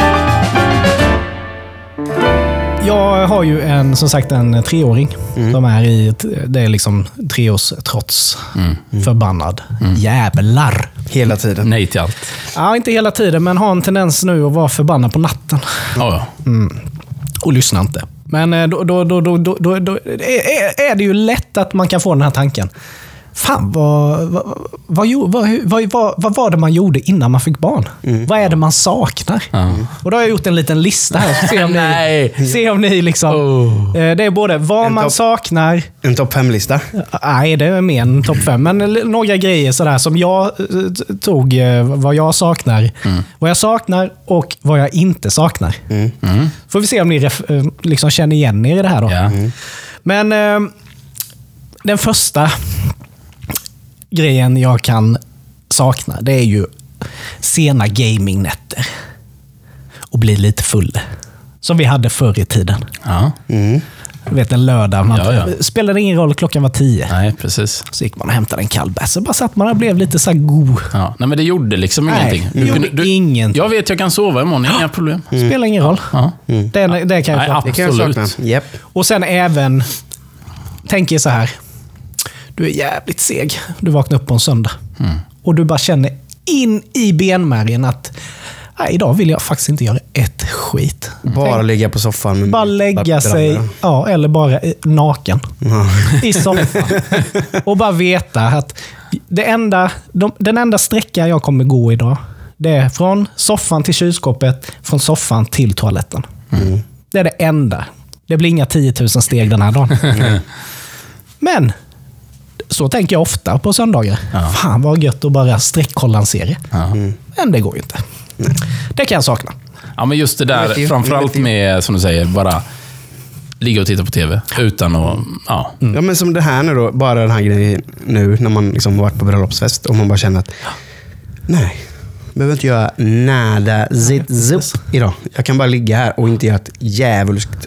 Speaker 3: Jag har ju en, som sagt, en treåring. Mm. De är i, det är liksom treårs trots. Mm. Mm. Förbannad. Mm. Jävlar.
Speaker 1: Hela tiden.
Speaker 2: Nej till allt.
Speaker 3: Ja, inte hela tiden, men har en tendens nu att vara förbannad på natten.
Speaker 2: Ja.
Speaker 3: Mm. Och lyssnar inte. Men då, då, då, då, då, då, då är, är det ju lätt att man kan få den här tanken. Fan, vad, vad, vad, vad, vad, vad var det man gjorde innan man fick barn? Mm. Vad är det man saknar? Mm. Och då har jag gjort en liten lista här. Se om ni, se om ni liksom... Oh. Det är både vad en man top, saknar...
Speaker 1: En topp fem-lista?
Speaker 3: Nej, det är mer än topp fem. Men några grejer sådär som jag tog, vad jag saknar. Mm. Vad jag saknar och vad jag inte saknar. Mm. Mm. Får vi se om ni ref, liksom känner igen er i det här då. Mm. Men eh, den första... grejen jag kan sakna, det är ju sena gamingnätter och bli lite full. Som vi hade förr i tiden. Ja. Mm. Jag vet, en lördag. Man ja, ja. Spelade ingen roll, klockan var tio.
Speaker 2: Nej, precis.
Speaker 3: Så gick man och hämtade en kall bärs. Så bara satt man och blev lite så här god.
Speaker 2: Ja. Nej, men det gjorde liksom
Speaker 3: Nej,
Speaker 2: ingenting.
Speaker 3: Det gjorde du, ingenting.
Speaker 2: Jag vet, jag kan sova imorgon, inga problem.
Speaker 3: Mm. Spelar ingen roll. Ja. Mm. Det, det kan jag
Speaker 2: Nej,
Speaker 3: sakna.
Speaker 2: absolut.
Speaker 1: Det kan jag sakna. Yep.
Speaker 3: Och sen även, tänker så här. Du är jävligt seg. Du vaknar upp på en söndag. Mm. Och du bara känner in i benmärgen att nej, idag vill jag faktiskt inte göra ett skit.
Speaker 1: Bara Tänk, ligga på soffan. Med
Speaker 3: bara lägga sig, ja, eller bara naken. Mm. I soffan. Och bara veta att det enda, de, den enda sträckan jag kommer gå idag, det är från soffan till kylskåpet, från soffan till toaletten. Mm. Det är det enda. Det blir inga tio tusen steg den här dagen. Mm. Men så tänker jag ofta på söndagar. Ja. Fan vad gött att bara sträckkolla en serie. Ja. Mm. Men det går ju inte. Nej. Det kan jag sakna.
Speaker 2: Ja, men just det där, framförallt med, som du säger, bara ligga och titta på tv utan att... Ja.
Speaker 1: Mm. Ja, men som det här nu då, bara den här grejen nu när man liksom varit på bröllopsfest och man bara känner att nej, jag behöver inte göra nada zit zup idag. Jag kan bara ligga här och inte göra ett djävulskt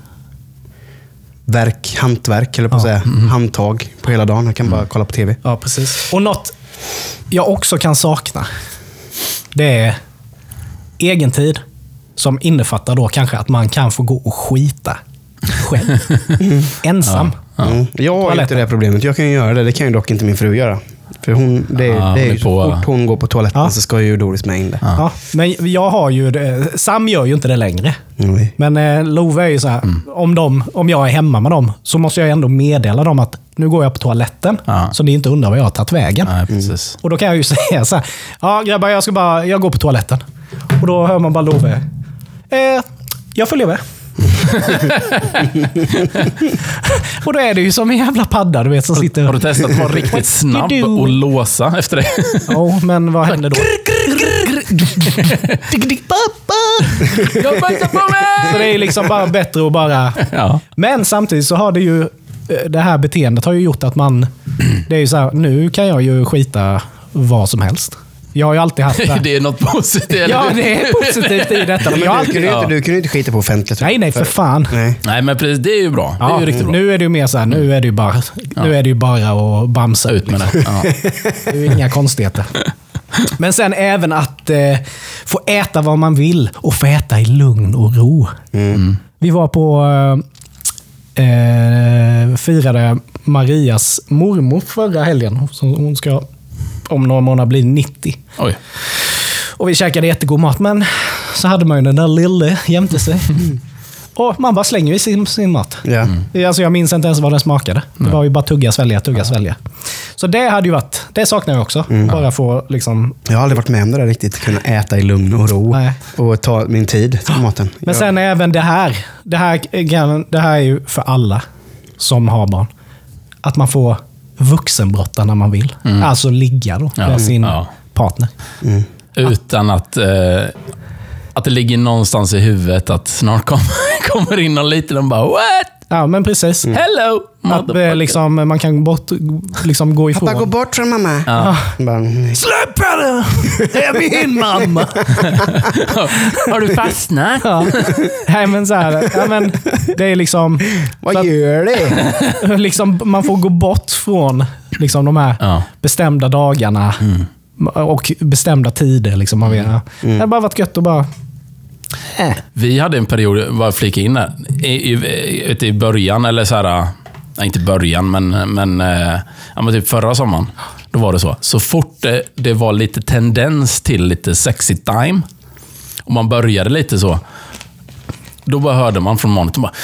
Speaker 1: verk, hantverk eller på att ja. säga, mm. handtag på hela dagen. Jag kan mm. bara kolla på tv.
Speaker 3: Ja, precis. Och något jag också kan sakna, det är egen tid som innefattar då kanske att man kan få gå och skita själv. Mm. Ensam.
Speaker 1: Ja. Mm. Jag har inte det problemet. Jag kan ju göra det. Det kan ju dock inte min fru göra. För hon, det, ja, det är ju så på... fort hon går på toaletten ja. så ska ju Doris med in det.
Speaker 3: Ja. Ja, men jag har ju det. Sam gör ju inte det längre. Mm. Men eh, Love är ju så här, mm. om, de, om jag är hemma med dem så måste jag ändå meddela dem att nu går jag på toaletten. Ja. Så det är inte undrar vad jag har tagit vägen.
Speaker 2: Ja, precis.
Speaker 3: Mm. Och då kan jag ju säga så här, ja grabbar, jag ska bara, jag går på toaletten. Och då hör man bara Love, eh, jag följer med. Och då är det ju som en jävla padda, du vet, som sitter...
Speaker 2: Har du testat att vara riktigt snabb och låsa efter det?
Speaker 3: Ja, oh, men vad händer då? Så det är liksom bara bättre att bara... Ja. Men samtidigt så har det ju... Det här beteendet har ju gjort att man... Det är ju så här, nu kan jag ju skita vad som helst. Jag har ju alltid haft det.
Speaker 2: Det är något positivt.
Speaker 3: Ja, det är positivt i detta.
Speaker 1: Men
Speaker 3: jag har
Speaker 1: du,
Speaker 3: alltid...
Speaker 1: kunde ju inte, du kunde ju inte skita på offentligt.
Speaker 3: Nej, nej, för fan.
Speaker 1: Nej.
Speaker 2: Nej, men precis, det är ju bra. Det är
Speaker 3: Ja,
Speaker 2: ju riktigt bra.
Speaker 3: nu är det ju mer så här, nu är det ju bara, nu är det ju bara att bamsa.
Speaker 2: Ut med det. Ja.
Speaker 3: Det är ju inga konstigheter. Men sen även att eh, få äta vad man vill och få äta i lugn och ro.
Speaker 2: Mm.
Speaker 3: Vi var på eh, firade Marias mormor förra helgen. Så hon ska om några månader bli nittio.
Speaker 2: Oj.
Speaker 3: Och vi käkade jättegod mat, men så hade man ju den där lille jämte sig. Och man bara slänger i sin, sin mat.
Speaker 1: Ja.
Speaker 3: Mm. Alltså jag minns inte ens vad den smakade. Det var ju bara tugga, svälja, tugga, ja. svälja. Så det hade ju varit, det saknar jag också. Mm. Bara få liksom...
Speaker 1: Jag har aldrig varit med om det där riktigt. Kunna äta i lugn och ro. Nej. Och ta min tid till maten.
Speaker 3: Men
Speaker 1: ja.
Speaker 3: sen även det här. Det här, det här är ju för alla som har barn. Att man får vuxenbrotta när man vill. Mm. Alltså ligga då med ja. sin ja. partner.
Speaker 2: Mm. Utan att, eh, att det ligger någonstans i huvudet att snart kom, kommer in någon liten och bara what?
Speaker 3: Ja, men precis.
Speaker 2: Mm. Hello!
Speaker 3: Att, liksom, man kan bort, liksom, gå ifrån.
Speaker 1: Pappa, gå bort från mamma.
Speaker 3: Ja. Bara, släpp henne! Det är min mamma!
Speaker 2: Har du fastnat?
Speaker 3: Ja. Nej, men så här, ja, men det är liksom...
Speaker 1: Vad gör det?
Speaker 3: liksom, man får gå bort från liksom, de här ja. bestämda dagarna. Mm. Och bestämda tider. Liksom, man vet. Mm. Det har bara varit gött att bara...
Speaker 2: Äh. Vi hade en period, bara flika in där, i, i, i början, eller så här, nej, inte början, men, men, ja, men typ förra sommaren, då var det så. Så fort det, det var lite tendens till lite sexy time, och man började lite så, då bara hörde man från monitorn bara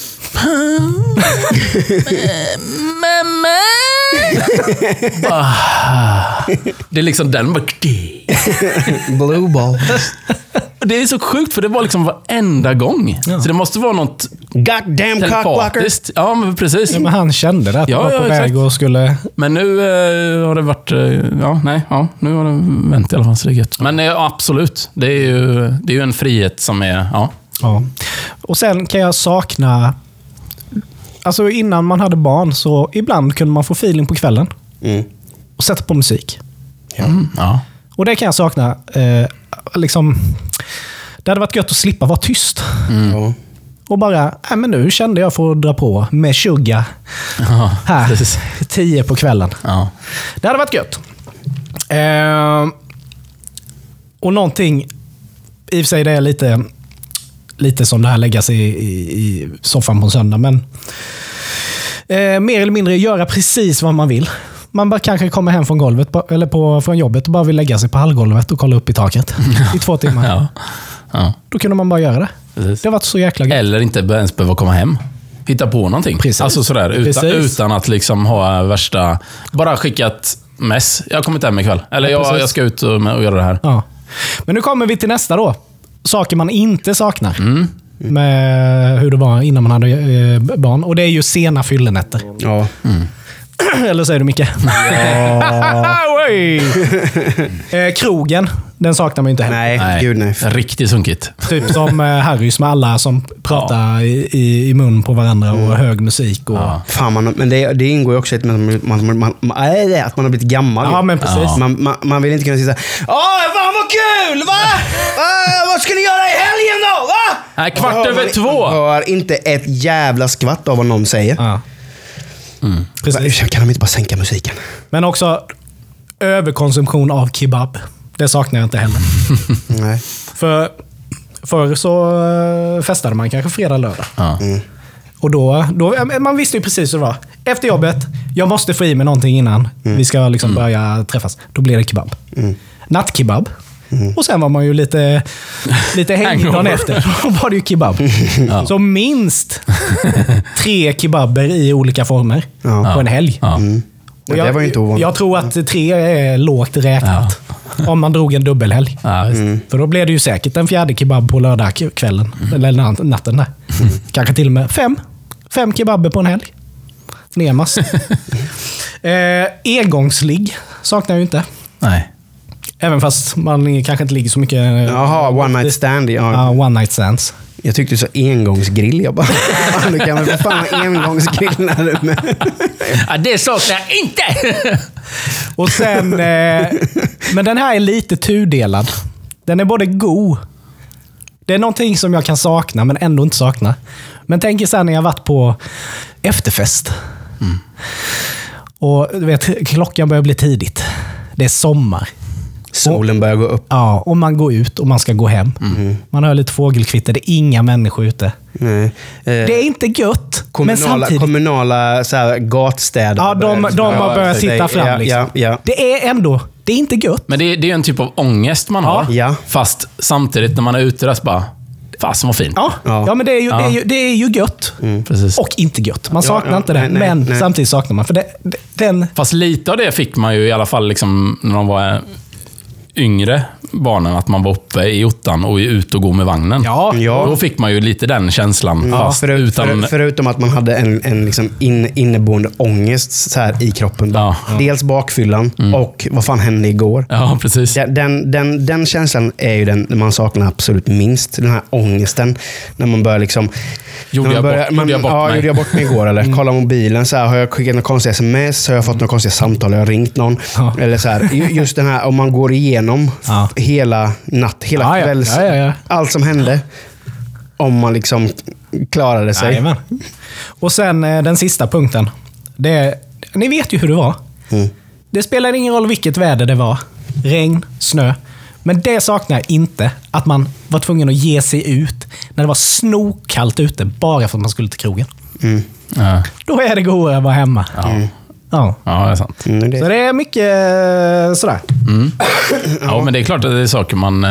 Speaker 2: mamma! Det är liksom den bara
Speaker 1: blue ball.
Speaker 2: Det är så sjukt, för det var liksom varenda gång. Ja. Så det måste vara något
Speaker 1: goddamn cockblocker.
Speaker 2: Ja, men precis.
Speaker 3: Ja, men han kände det att
Speaker 2: ja,
Speaker 3: var
Speaker 2: ja,
Speaker 3: på väg och skulle...
Speaker 2: Men nu eh, har det varit... Eh, ja, nej, ja, nu har det vänt i alla fall, så det är gött. Men eh, absolut, det är ju, det är ju en frihet som är... Ja.
Speaker 3: Ja. Och sen kan jag sakna... Alltså innan man hade barn så ibland kunde man få feeling på kvällen. Mm. Och sätta på musik.
Speaker 2: Ja. Mm, ja.
Speaker 3: Och det kan jag sakna. Eh, liksom, det hade varit gött att slippa vara tyst. Mm. Och bara, nej men nu kände jag för att dra på med tjuga ja, här. Precis. Tio på kvällen. Ja. Det hade varit gött. Eh, och någonting, i och för sig det är lite... Lite som det här lägga sig i, i, i soffan på en söndag. Men eh, mer eller mindre göra precis vad man vill. Man bara kanske kommer hem från golvet eller på, från jobbet och bara vill lägga sig på hallgolvet och kolla upp i taket i två timmar. Ja. Ja. Då kunde man bara göra det. Precis. Det har varit så jäkla gött.
Speaker 2: Eller inte ens behöva komma hem. Hitta på någonting.
Speaker 3: Precis.
Speaker 2: Alltså sådär, utan, utan att liksom ha värsta... Bara skickat mess. Jag har kommit hem ikväll. Eller ja, jag, jag ska ut och, och göra det här.
Speaker 3: Ja. Men nu kommer vi till nästa då. Saker man inte saknar. Mm. Med hur det var innan man hade eh, barn. Och det är ju sena fyllenätter.
Speaker 1: Ja. Mm.
Speaker 3: Eller säger du Micke? Ja. eh, krogen, den saknar man ju inte heller.
Speaker 1: Nej, nej. Gud nej.
Speaker 2: Riktigt sunkigt.
Speaker 3: Typ som eh, Harrys med alla som pratar ja. i, i, i mun på varandra och mm. hög musik. Och...
Speaker 1: Ja. Fan, man, men det, det ingår ju också i att man, man, man, man, man, äh, att man har blivit gammal.
Speaker 3: Ja, men precis. Ja.
Speaker 1: Man, man, man vill inte kunna säga åh, fan vad kul, va? uh, vad ska ni göra i helgen då, va?
Speaker 2: Nej, kvart över två.
Speaker 1: Man hör inte ett jävla skvatt av vad någon säger. Ja. Mm. Precis. Kan de inte bara sänka musiken?
Speaker 3: Men också överkonsumtion av kebab. Det saknar jag inte heller. Nej. För förr så festade man kanske fredag, lördag. Ja. Mm. Och då, då, man visste ju precis hur det var. Efter jobbet, jag måste få i mig någonting innan mm. vi ska liksom mm. börja träffas. Då blir det kebab. Mm. Nattkebab. Mm. Och sen var man ju lite, lite hängig dagen efter. Då var det ju kebab. Ja. Så minst tre kebaber i olika former ja. på en helg. Ja. Mm. Och jag, det var ju inte ovanligt. Jag tror att tre är lågt räknat. Ja. Om man drog en dubbelhelg. Ja, mm. För då blev det ju säkert en fjärde kebab på lördagskvällen. Mm. Eller natten där. Mm. Kanske till och med fem. Fem kebaber på en helg. Nemas. eh, engångsligg saknar jag ju inte.
Speaker 2: Nej.
Speaker 3: Även fast man kanske inte ligger så mycket...
Speaker 1: Jaha, one night stand.
Speaker 3: Ja, uh, one night stands.
Speaker 1: Jag tyckte så engångsgrill. Jag bara, du kan väl för fan ha engångsgrill när du med.
Speaker 2: Ja, det saknar jag inte!
Speaker 3: Och sen, eh, men den här är lite tudelad. Den är både god. Det är någonting som jag kan sakna, men ändå inte sakna. Men tänk er sen när jag varit på efterfest. Mm. Och du vet, klockan börjar bli tidigt. Det är sommar.
Speaker 1: Solen börjar gå upp.
Speaker 3: Ja, och man går ut och man ska gå hem. Mm. Man hör lite fågelkvitter, det är inga människor ute.
Speaker 1: Nej. Eh,
Speaker 3: det är inte gött,
Speaker 1: kommunala,
Speaker 3: men samtidigt...
Speaker 1: Kommunala så här, gatstäder.
Speaker 3: Ja, de, de, de har börjat sitta fram.
Speaker 1: Ja,
Speaker 3: liksom.
Speaker 1: ja, ja.
Speaker 3: Det är ändå, det är inte gött.
Speaker 2: Men det, det är en typ av ångest man har.
Speaker 1: Ja.
Speaker 2: Fast samtidigt när man är ute där så bara, fasen vad fint.
Speaker 3: Ja, ja. ja men det är ju, ja. det är ju, det är ju gött.
Speaker 2: Mm. Precis.
Speaker 3: Och inte gött. Man saknar
Speaker 1: ja,
Speaker 3: inte det,
Speaker 1: nej, nej,
Speaker 3: men
Speaker 1: nej.
Speaker 3: samtidigt saknar man. För det, den...
Speaker 2: Fast lite av det fick man ju i alla fall liksom, när de var yngre barnen, att man var uppe i ottan och ut och gå med vagnen.
Speaker 3: Ja.
Speaker 1: Ja.
Speaker 2: Då fick man ju lite den känslan.
Speaker 1: Ja,
Speaker 2: fast
Speaker 1: förut,
Speaker 2: utan...
Speaker 1: för, förutom att man hade en, en liksom in, inneboende ångest så här i kroppen.
Speaker 2: Ja.
Speaker 1: Dels bakfyllan mm. och vad fan hände igår?
Speaker 2: Ja, precis.
Speaker 1: Den, den, den känslan är ju den man saknar absolut minst. Den här ångesten. När man börjar liksom...
Speaker 2: Gjorde jag, börjar, bort, man, gjorde jag bort
Speaker 1: ja,
Speaker 2: mig?
Speaker 1: gjorde jag bort mig igår? Eller mm. kolla mobilen. Så här, har jag skickat några konstiga sms? Har jag fått några konstiga samtal? Har jag ringt någon? Ja. Eller så här, just den här, om man går igenom ja. hela natt, hela
Speaker 3: ja, ja.
Speaker 1: kvälls...
Speaker 3: Ja, ja, ja.
Speaker 1: Allt som hände. Om man liksom klarade sig.
Speaker 3: Jajamän. Och sen den sista punkten. Det är, ni vet ju hur det var. Mm. Det spelar ingen roll vilket väder det var. Regn, snö. Men det saknar jag inte. Att man var tvungen att ge sig ut när det var snokallt ute bara för att man skulle till krogen. Mm. Ja. Då är det godare att vara hemma.
Speaker 2: Ja.
Speaker 3: Mm. Ja.
Speaker 2: Ja, det är sant.
Speaker 1: Mm, det.
Speaker 3: Så det är mycket sådär.
Speaker 2: Mm. Ja, men det är klart att det är saker man,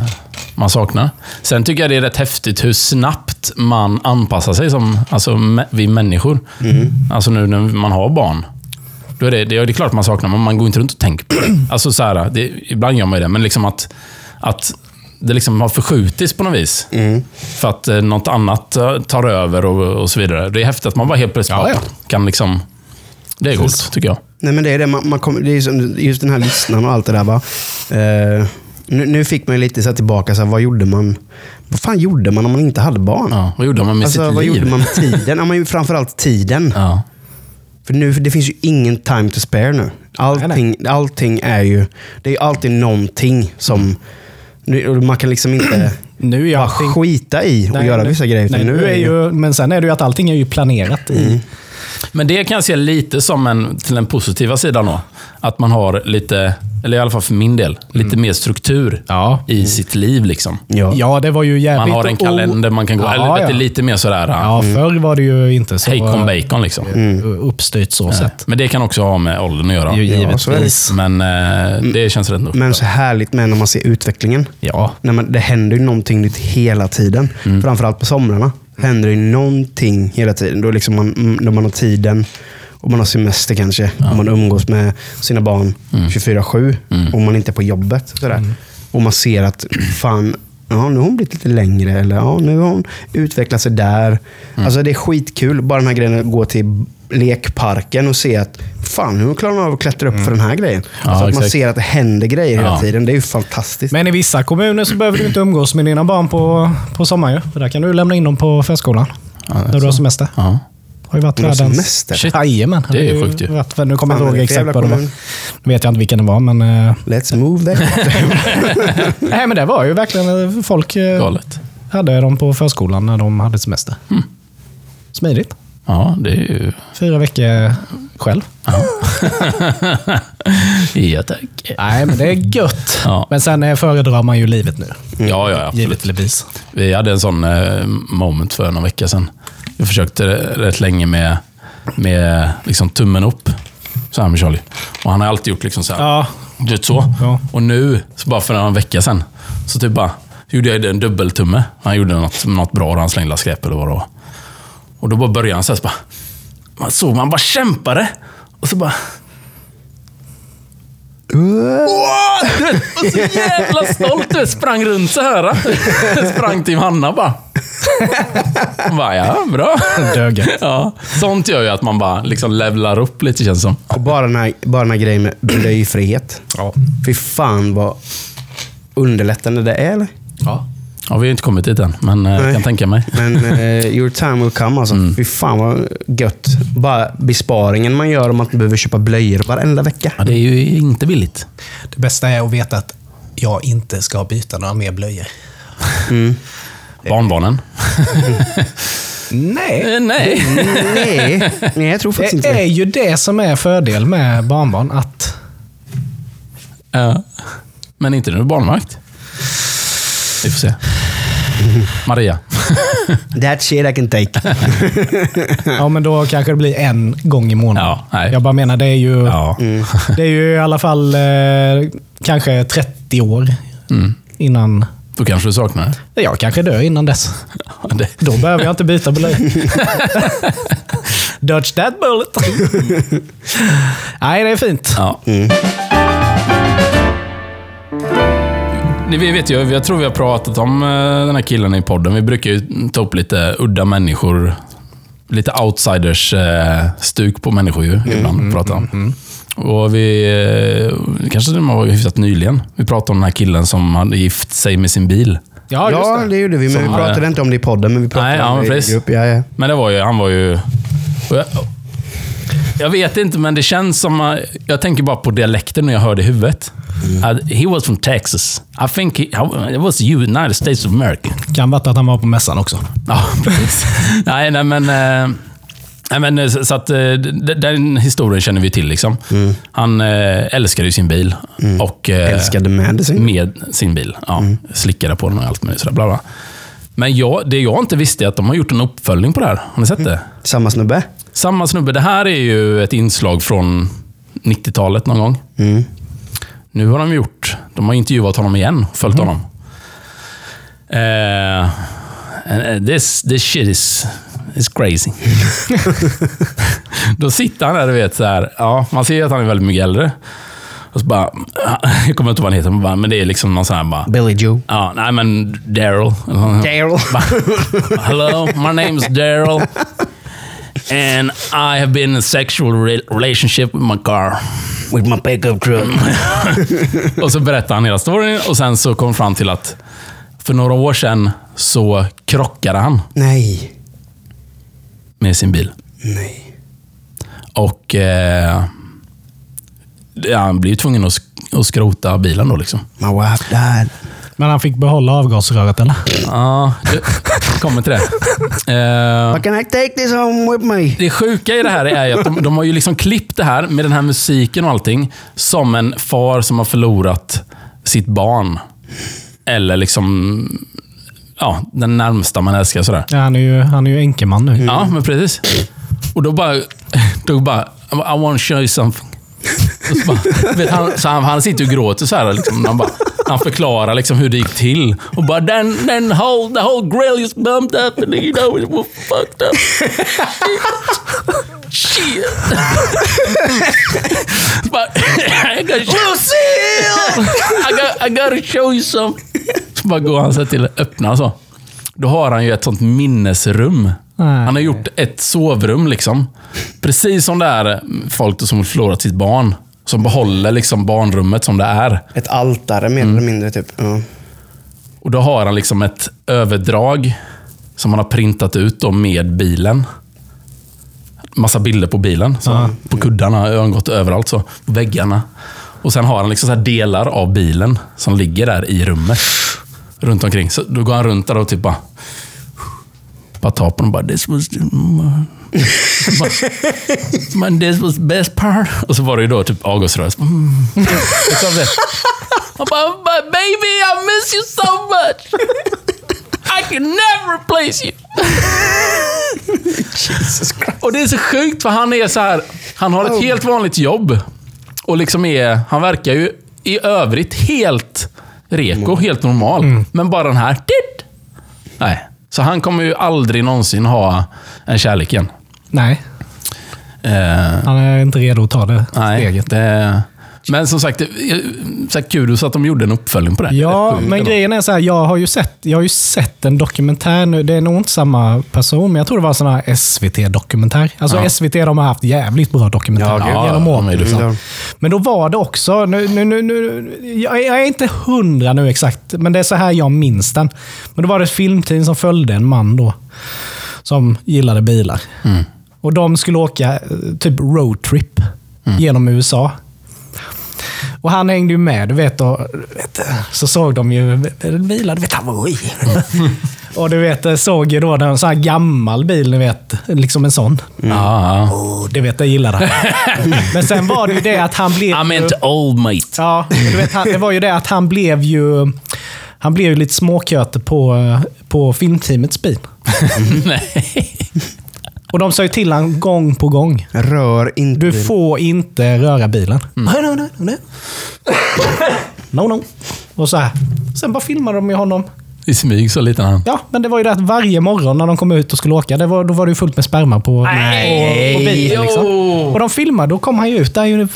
Speaker 2: man saknar. Sen tycker jag det är rätt häftigt hur snabbt man anpassar sig som alltså, vi människor. Mm. Alltså nu när man har barn. Då är det, det är det klart man saknar, men man går inte runt och tänker på det. Alltså så här, det, ibland gör man ju det, men liksom att, att det liksom har förskjutits på något vis. Mm. För att eh, något annat tar över och, och så vidare. Det är häftigt att man bara helt plötsligt ja, ja. kan liksom... Det är coolt, tycker jag.
Speaker 1: Nej, men det är det. Man, man kom, det är som, just den här listan och allt det där. Va? Eh, nu, nu fick man lite så tillbaka, så här, vad gjorde man? Vad fan gjorde man om man inte hade barn?
Speaker 2: Ja, vad gjorde man med
Speaker 1: alltså,
Speaker 2: sitt
Speaker 1: vad
Speaker 2: liv?
Speaker 1: Gjorde man med tiden? Ja, men framförallt tiden.
Speaker 2: Ja.
Speaker 1: För nu, det finns ju ingen time to spare nu. Allting, allting är ju... Det är ju alltid någonting som... Nu, man kan liksom inte
Speaker 3: nu är
Speaker 1: bara
Speaker 3: allting,
Speaker 1: skita i och
Speaker 3: nej,
Speaker 1: göra vissa grejer.
Speaker 3: Nej, nu är ju, men sen är det ju att allting är ju planerat i...
Speaker 1: Mm.
Speaker 2: Men det kan jag se lite som en, till den positiva sidan då. Att man har lite, eller i alla fall för min del, lite mm. mer struktur
Speaker 3: ja.
Speaker 2: i sitt liv liksom.
Speaker 3: Ja, ja det var ju jävligt...
Speaker 2: Man har en kalender man kan gå,
Speaker 3: ja,
Speaker 2: eller
Speaker 3: ja.
Speaker 2: det är lite mer sådär...
Speaker 3: Ja, mm. förr var det ju inte så...
Speaker 2: Bacon bacon liksom.
Speaker 3: Mm. Uppstyrt så sätt.
Speaker 2: Men det kan också ha med åldern att göra.
Speaker 3: Jo, givetvis.
Speaker 2: Ja, men eh, det känns rätt nog.
Speaker 1: Men så härligt med när man ser utvecklingen.
Speaker 3: Ja.
Speaker 1: När man, det händer ju någonting nytt hela tiden. Mm. Framförallt på somrarna. Det händer ju någonting hela tiden. Då liksom man, då man har tiden och man har semester kanske. Ja. Och man umgås med sina barn mm. tjugofyra sju. Mm. Och man inte är på jobbet. Sådär. Mm. Och man ser att fan, ja, nu har hon blivit lite längre. Eller ja, nu har hon utvecklat sig där. Mm. Alltså det är skitkul. Bara den här grejen att gå till lekparken och se att fan, hur klarar man av att klättra upp mm. för den här grejen? Ja, alltså att man ser att det händer grejer hela ja. tiden. Det är ju fantastiskt.
Speaker 3: Men i vissa kommuner så behöver du inte umgås med dina barn på, på sommaren. För där kan du lämna in dem på förskolan. Ja, där du har semester. Ja. Har ju varit världens...
Speaker 1: semester?
Speaker 3: Jajamän.
Speaker 2: Det är ju sjukt ju.
Speaker 3: Varit, nu kommer jag inte ihåg exakt vad det var. Nu vet jag inte vilken det var, men...
Speaker 1: Let's move there.
Speaker 3: Nej, men det var ju verkligen folk...
Speaker 2: Galet.
Speaker 3: Hade dem på förskolan när de hade semester. Mm. Smidigt.
Speaker 2: Ja, det är ju...
Speaker 3: Fyra veckor själv.
Speaker 2: Ja, ja tack.
Speaker 3: Nej, men det är gött.
Speaker 2: Ja.
Speaker 3: Men sen föredrar man ju livet nu.
Speaker 2: Mm. Ja, ja, absolut.
Speaker 3: Givetvis.
Speaker 2: Vi hade en sån eh, moment för några veckor sedan. Vi försökte rätt länge med, med liksom tummen upp. Så här med Charlie. Och han har alltid gjort liksom så här.
Speaker 3: Ja.
Speaker 2: Du vet så. Ja. Och nu, så bara för en vecka sedan, så typ bara gjorde jag en dubbeltumme. Han gjorde något, något bra och han slängde skräp eller vad det var. Och då bara började han så här, så bara, man såg man bara kämpade. Och så bara... Åh, du, så jävla stolt du sprang runt så här. Sprang till Hanna bara. bara ja, bra.
Speaker 3: Döget.
Speaker 2: Ja, sånt gör ju att man bara liksom levlar upp lite, känns som.
Speaker 1: Och bara den här, bara den här grejen med blöjfrihet.
Speaker 3: Ja.
Speaker 1: Fy fan vad underlättande det är, eller?
Speaker 3: Ja.
Speaker 2: Ja, vi har inte kommit dit än, men eh, jag kan tänka mig.
Speaker 1: Men eh, your time will come alltså. Mm. Fy fan vad gött. Bara besparingen man gör om att man behöver köpa blöjor varenda vecka.
Speaker 2: Ja, det är ju inte billigt.
Speaker 3: Det bästa är att veta att jag inte ska byta några mer blöjor.
Speaker 1: Mm.
Speaker 2: Barnbarnen.
Speaker 3: Nej.
Speaker 2: Nej.
Speaker 1: Nej. Nej, jag tror faktiskt
Speaker 3: det
Speaker 1: inte
Speaker 3: det. är ju det som är fördel med barnbarn. Att...
Speaker 2: Ja. Men inte när du är barnvakt. Vi får se. Maria.
Speaker 1: That shit I can take.
Speaker 3: Ja, men då kanske det blir en gång i månaden.
Speaker 2: Ja, nej.
Speaker 3: Jag bara menar, det är ju,
Speaker 2: Ja.
Speaker 1: Mm.
Speaker 3: det är ju i alla fall eh, kanske trettio år
Speaker 2: Mm.
Speaker 3: innan...
Speaker 2: Då kanske du saknar det.
Speaker 3: Jag kanske dör innan dess.
Speaker 2: Ja, det.
Speaker 3: Då behöver jag inte byta blöj. Dodge that bullet. Nej, det är fint.
Speaker 2: Ja.
Speaker 1: Mm.
Speaker 2: Ni vi vet ju, jag tror vi har pratat om den här killen i podden. Vi brukar ju ta upp lite udda människor. Lite outsiders stuk på människor ju, ibland mm, prata om. Mm, mm. Och vi, kanske det var hyfsat nyligen. Vi pratade om den här killen som hade gift sig med sin bil.
Speaker 3: Ja, just
Speaker 1: ja
Speaker 3: det.
Speaker 1: det gjorde vi. Men
Speaker 2: som
Speaker 1: vi pratade
Speaker 2: hade...
Speaker 1: inte om det i podden, men vi pratade
Speaker 2: Nej,
Speaker 1: om
Speaker 2: ja,
Speaker 1: det
Speaker 2: precis.
Speaker 1: i grupp. Ja, ja.
Speaker 2: Men det var ju, han var ju... Jag, jag vet inte, men det känns som... Jag tänker bara på dialekten när jag hör det i huvudet. Mm. He was from Texas. I think he, it was United States of America.
Speaker 3: Kan vara att han var på mässan också.
Speaker 2: Ja, precis. nej, nej, men... Nej, men så att den historien känner vi till liksom. Mm. Han äh, älskade ju sin bil mm. och äh,
Speaker 1: älskade med sin
Speaker 2: med sin bil. Ja, mm. slickade på den och allt möjligt sådär, bla bla. Men jag, det jag inte visste är att de har gjort en uppföljning på det här. Har ni sett det?
Speaker 1: Samma snubbe?
Speaker 2: Samma snubbe. Det här är ju ett inslag från nittiotalet någon gång.
Speaker 1: Mm.
Speaker 2: Nu har de gjort, de har intervjuat honom igen, följt mm. honom. Uh, this, this shit is is crazy. Då sitter han där, du vet så här. Ja, man ser att han är väldigt mycket äldre. Och så bara, jag kommer inte ihåg vad han heter, men, bara, men det är liksom någon sån här bara...
Speaker 1: Billy Joe.
Speaker 2: Ja, nej men Daryl.
Speaker 1: Daryl.
Speaker 2: Hello, my name is Daryl. And I have been in a sexual re- relationship with my car.
Speaker 1: With my pickup truck.
Speaker 2: Och så berättar han hela storyn och sen så kom fram till att för några år sedan så krockade han.
Speaker 1: Nej.
Speaker 2: Med sin bil.
Speaker 1: Nej.
Speaker 2: Och eh, ja, han blev tvungen att, sk- att skrota bilen då liksom.
Speaker 1: My wife died.
Speaker 3: Men han fick behålla avgasröret, eller?
Speaker 2: Ja, det kommer till det. Eh,
Speaker 1: But can I take this home with me?
Speaker 2: det sjuka i det här är att de, de har ju liksom klippt det här med den här musiken och allting som en far som har förlorat sitt barn. Eller liksom... Ja, den närmsta man älskar sådär.
Speaker 3: Ja, han är ju, han är ju enkeman nu.
Speaker 2: Mm. Ja, men precis. Och då bara, då bara I want to show you something. Så, bara, vet, han, så han, han sitter och gråter så här liksom. Han, bara, han förklarar liksom hur det gick till. Och bara, then, then whole, the whole grill is bumped up and you know it was fucked up. Shit. Så bara, I gotta show, I got, I gotta show you something. Så bara går han så till att öppna så. Då har han ju ett sånt minnesrum. Nej. Han har gjort ett sovrum liksom. Precis som det är folk som har förlorat sitt barn. Som behåller liksom barnrummet som det är.
Speaker 1: Ett altare mer mm. eller mindre typ. Ja.
Speaker 2: Och då har han liksom ett överdrag som han har printat ut då med bilen. Massa bilder på bilen. Så ja. På kuddarna har han gått överallt så. På väggarna. Och sen har han liksom så här delar av bilen som ligger där i rummet. Runt omkring. Så då går han runt där och typ bara... Bara tar på den och bara... This was... Man, this was best part. Och så var det ju då typ avgasrör. Mm. Och bara, baby, I miss you so much. I can never replace you.
Speaker 1: Jesus Christ.
Speaker 2: Och det är så sjukt för han är så här... Han har ett oh. helt vanligt jobb. Och liksom är... Han verkar ju i övrigt helt reko, mm. helt normal. Mm. Men bara den här... Dit. Nej. Så han kommer ju aldrig någonsin ha en kärlek igen.
Speaker 3: Nej.
Speaker 2: Eh,
Speaker 3: han är inte redo att ta det
Speaker 2: nej,
Speaker 3: steget.
Speaker 2: Det, Men som sagt, så kul så att de gjorde en uppföljning på det.
Speaker 3: Ja,
Speaker 2: det
Speaker 3: men grejen är så här, jag har ju sett, jag har ju sett en dokumentär nu. Det är nog inte samma person, men jag tror det var en sån här S V T-dokumentär. Alltså
Speaker 2: ja.
Speaker 3: S V T, de har haft jävligt bra dokumentärer
Speaker 2: ja,
Speaker 3: genom åren. Liksom.
Speaker 1: Mm.
Speaker 3: Men då var det också, nu, nu, nu, nu, jag är inte hundra nu exakt, men det är så här jag minns den. Men då var det ett filmteam som följde en man då, som gillade bilar.
Speaker 2: Mm.
Speaker 3: Och de skulle åka typ roadtrip mm. genom U S A. Och han hängde ju med, du vet, och vet, så såg de ju bilar, du vet, han var i. Och du vet, såg ju då en sån här gammal bil, du vet, liksom en sån.
Speaker 2: Mm. Ah.
Speaker 3: Oh, det vet jag gillar det. Men sen var det ju det att han blev...
Speaker 2: I'm into old mate.
Speaker 3: Ja, du vet, han, det var ju det att han blev ju... Han blev ju lite småköter på, på filmteamets bil.
Speaker 2: Nej.
Speaker 3: Och de sa ju till han gång på gång.
Speaker 1: Rör inte
Speaker 3: Du
Speaker 1: bilen.
Speaker 3: får inte röra bilen. Mm. No, no, no, no. No, no. Och så här. Sen bara filmade de med honom.
Speaker 2: I smyg så lite han.
Speaker 3: Ja, men det var ju det att varje morgon när de kom ut och skulle åka, det var, då var det ju fullt med sperma på,
Speaker 2: Nej.
Speaker 3: på, på bilen. Liksom. Och de filmade, då kom han ju ut där. Ju,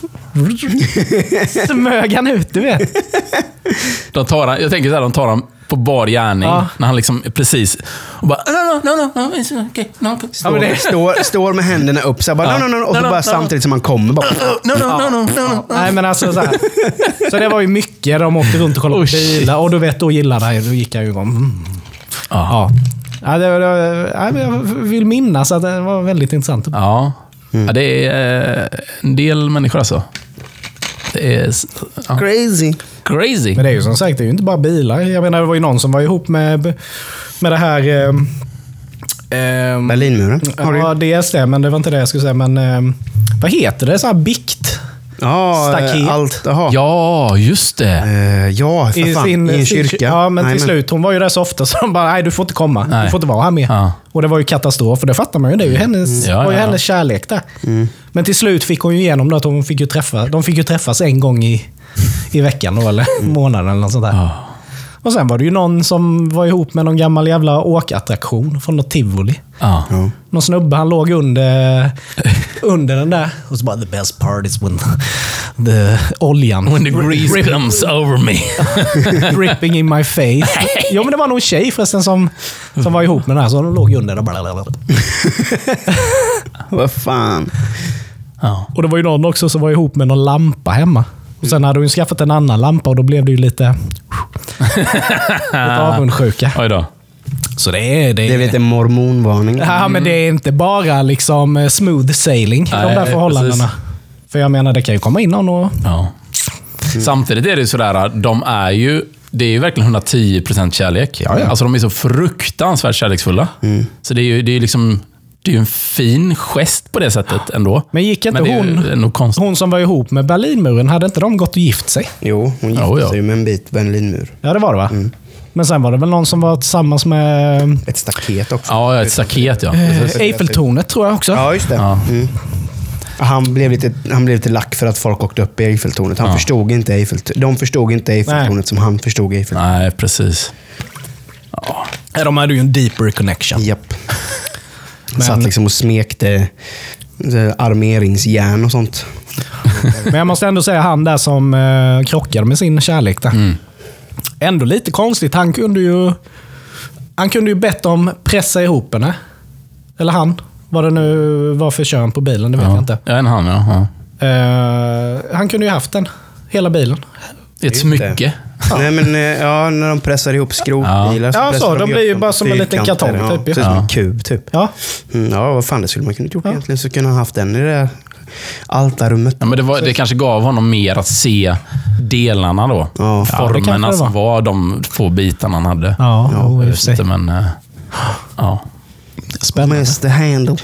Speaker 3: smög han ut, du vet.
Speaker 2: De tar han, jag tänker så här, de tar han på bar gärning
Speaker 3: Ja.
Speaker 2: när han liksom precis och bara no no no no, no it's okay, no, okay.
Speaker 1: Står, ja, det... står, står med händerna upp så här, bara,
Speaker 2: Ja.
Speaker 1: no, no, no, och så
Speaker 2: No, no,
Speaker 1: bara
Speaker 2: no,
Speaker 1: samtidigt som man kommer bara,
Speaker 2: no no no no no, no.
Speaker 3: Nej, men alltså så här. Så det var ju mycket, de åkte runt och kollade på
Speaker 2: Oh,
Speaker 3: bilar. Och du vet, då gillade jag, då gick jag ju igång. Mm. Ja. Ja, det, det, ja, jag vill minnas att det var väldigt intressant.
Speaker 2: Ja. Mm. Ja, det är eh, en del människor alltså. Det är ja.
Speaker 1: crazy.
Speaker 2: Crazy.
Speaker 3: Men det är ju som sagt, det är ju inte bara bilar. Jag menar, det var ju någon som var ihop med, med det här... Eh, eh,
Speaker 1: Berlinmuren. Har
Speaker 3: ja,
Speaker 1: du?
Speaker 3: dels det, men det var inte det jag skulle säga. Men eh, vad heter det? Så här bikt?
Speaker 1: Ja,
Speaker 3: Staket.
Speaker 1: allt. Aha.
Speaker 2: Ja, just det.
Speaker 1: Eh, ja, för
Speaker 3: I,
Speaker 1: fan.
Speaker 3: sin,
Speaker 1: I en
Speaker 3: sin-
Speaker 1: kyrka.
Speaker 3: Ja, men
Speaker 1: Nej,
Speaker 3: till slut, hon var ju där så ofta så de bara, nej du får inte komma.
Speaker 2: Nej.
Speaker 3: Du får inte vara här med.
Speaker 2: Ja.
Speaker 3: Och det var ju katastrof, för det fattar man ju. Det är ju hennes,
Speaker 2: Ja,
Speaker 3: var ju
Speaker 2: ja.
Speaker 3: hennes kärlek där.
Speaker 1: Mm.
Speaker 3: Men till slut fick hon ju igenom det att hon fick ju träffa, de fick ju träffas en gång i, i veckan då, eller månaden eller något sånt där.
Speaker 2: Ja.
Speaker 3: Och sen var det ju någon som var ihop med någon gammal jävla åkattraktion från något tivoli.
Speaker 2: Ja.
Speaker 1: Ja.
Speaker 3: Någon snubbe, han låg under, under den där. Och så bara, the best part is when the oljan...
Speaker 2: When the grease
Speaker 3: Rip-
Speaker 2: comes over me.
Speaker 3: dripping in my face. Jo, men det var någon tjej förresten som, som var ihop med den här, så de låg under där.
Speaker 1: Vad fan.
Speaker 2: Ja.
Speaker 3: Och det var ju någon också som var ihop med någon lampa hemma. Och sen hade hon skaffat en annan lampa och då blev det ju lite, lite avundsjuka.
Speaker 2: Oj då.
Speaker 3: Så det är... Det
Speaker 1: Det är lite mormonvarning.
Speaker 3: Ja, men det är inte bara liksom smooth sailing,
Speaker 2: Nej,
Speaker 3: de där förhållandena.
Speaker 2: precis.
Speaker 3: För jag menar, det kan ju komma in någon och...
Speaker 2: Ja. Samtidigt är det ju sådär, de är ju, det är ju verkligen hundratio procent kärlek.
Speaker 3: Ja, ja.
Speaker 2: Alltså de är så fruktansvärt kärleksfulla.
Speaker 1: Mm.
Speaker 2: Så det är ju det är liksom, det är ju en fin gest på det sättet ändå.
Speaker 3: Men gick inte
Speaker 2: Men det är
Speaker 3: hon,
Speaker 2: ju nog konstigt.
Speaker 3: hon som var ihop med Berlinmuren, hade inte de gått och gift sig?
Speaker 1: Jo, hon gifte
Speaker 2: Ja, ja.
Speaker 1: sig med en bit Berlinmur.
Speaker 3: Ja, det var det va?
Speaker 1: Mm.
Speaker 3: Men sen var det väl någon som var tillsammans med
Speaker 1: Ett staket också.
Speaker 2: Ja, ett staket ja.
Speaker 3: eh,
Speaker 2: Precis.
Speaker 3: Eiffeltornet tror jag också.
Speaker 1: Ja, just det.
Speaker 2: Ja.
Speaker 1: Mm. Han blev, lite, han blev lite lack för att folk åkte upp i Eiffeltornet. Han
Speaker 2: Ja.
Speaker 1: förstod inte Eiffeltornet. De förstod inte Eiffeltornet som han förstod Eiffeltornet.
Speaker 2: Nej, precis.
Speaker 3: Ja, de hade ju en deeper connection.
Speaker 1: Japp.
Speaker 3: Men-
Speaker 1: Satt liksom och smekte eh, armeringsjärn och sånt.
Speaker 3: Men jag måste ändå säga han där som eh, krockade med sin kärlek där.
Speaker 2: Mm.
Speaker 3: Ändå lite konstigt. Han kunde ju han kunde ju bett om pressa ihop henne. Eller han. Vad det nu var för kön på bilen, det vet jag
Speaker 2: Ja.
Speaker 3: inte.
Speaker 2: Ja, en han ja. ja.
Speaker 3: Eh, han kunde ju haft den. Hela bilen.
Speaker 2: Det är ett smycke.
Speaker 1: Nej, men eh, ja, när de pressar ihop skrotbilar
Speaker 3: Ja,
Speaker 1: pressar
Speaker 3: så, de
Speaker 1: ju
Speaker 3: blir
Speaker 1: upp
Speaker 3: ju
Speaker 1: dem
Speaker 3: bara
Speaker 1: på
Speaker 3: som en liten
Speaker 1: fyrkanter.
Speaker 3: kartong, typ.
Speaker 1: Ja,
Speaker 3: Ja.
Speaker 1: som
Speaker 2: Ja.
Speaker 1: en kub, typ.
Speaker 3: Ja.
Speaker 1: Mm, ja, vad fan, det skulle man kunna gjort egentligen. Så kunde han haft den i det där altarrummet.
Speaker 2: Ja, men det, var, det kanske gav honom mer att se delarna då.
Speaker 1: Ja.
Speaker 3: Ja, det kanske
Speaker 2: Formerna
Speaker 3: det
Speaker 2: som var de få bitarna han hade.
Speaker 3: Ja,
Speaker 1: Ja,
Speaker 3: oh,
Speaker 2: Jag
Speaker 3: i och
Speaker 2: vet
Speaker 3: för sig.
Speaker 2: inte, men... eh, Ja.
Speaker 3: Spännande.
Speaker 1: Miss the handle.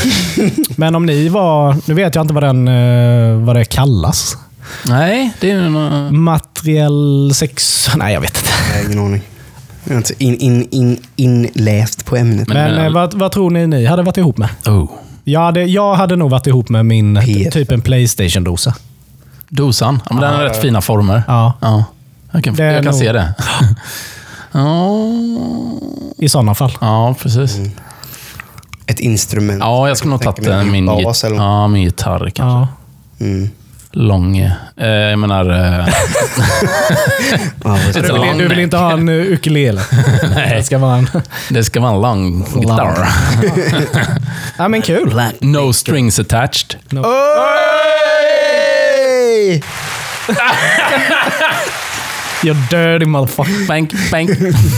Speaker 3: Men om ni var, nu vet jag inte vad den eh, vad det kallas.
Speaker 2: Nej, det är ju nå-
Speaker 3: Materiell sex... Nej, jag vet inte.
Speaker 1: Nej, ingen aning. Jag är inte in, in, in, inläst på ämnet.
Speaker 2: Men-
Speaker 3: Men,
Speaker 2: men-
Speaker 3: eh, vad, vad tror ni ni hade varit ihop med?
Speaker 2: Oh.
Speaker 3: Jag hade, jag hade nog varit ihop med min
Speaker 1: P F.
Speaker 3: typ en Playstation-dosa.
Speaker 2: Dosan. Ja, men den har rätt fina former.
Speaker 3: Ja,
Speaker 2: Ja. Jag kan,
Speaker 3: Det är
Speaker 2: jag kan
Speaker 3: nog-
Speaker 2: se det. Ja,
Speaker 3: i sådana fall.
Speaker 2: ja, precis.
Speaker 1: Ett instrument.
Speaker 2: Ja, jag skulle nog
Speaker 1: Tänker
Speaker 2: tagit
Speaker 1: mig
Speaker 2: eh, min,
Speaker 1: bas
Speaker 2: git-
Speaker 1: eller-
Speaker 2: ja, min gitarr kanske.
Speaker 3: Ja.
Speaker 1: Mm.
Speaker 2: lång. Eh, jag menar... Eh,
Speaker 3: du, vill, du vill inte ha en uh, ukulele?
Speaker 2: Nej.
Speaker 3: Det ska vara en...
Speaker 2: det ska vara en lång gitarr.
Speaker 3: Ja, men kul.
Speaker 2: No strings attached.
Speaker 3: No.
Speaker 1: Oj!
Speaker 3: You dirty motherfucker.
Speaker 2: Bank, bank.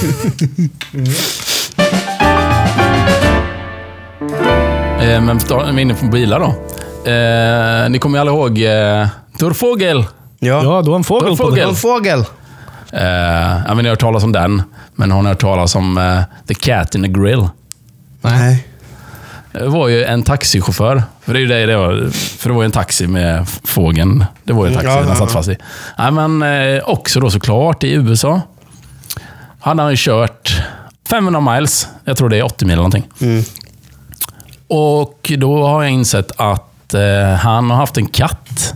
Speaker 2: eh, men vi är inne på bilar då. Eh, ni kommer ju alla ihåg eh, Turfågel.
Speaker 1: Ja,
Speaker 3: Ja, du har en fågel på dig.
Speaker 1: en fågel.
Speaker 2: Eh, jag vet inte, jag har hört talas om den. Men hon har hört talas om eh, The Cat in the Grill.
Speaker 1: Nej.
Speaker 2: Det var ju en taxichaufför. För det är ju det det var. För det var ju en taxi med fågeln. Det var ju en taxi
Speaker 1: Ja,
Speaker 2: den satt fast i. Nej, men eh, också då såklart i U S A. Hade han ju kört femhundra miles. Jag tror det är åttio mil eller någonting.
Speaker 1: Mm.
Speaker 2: Och då har jag insett att eh, han har haft en katt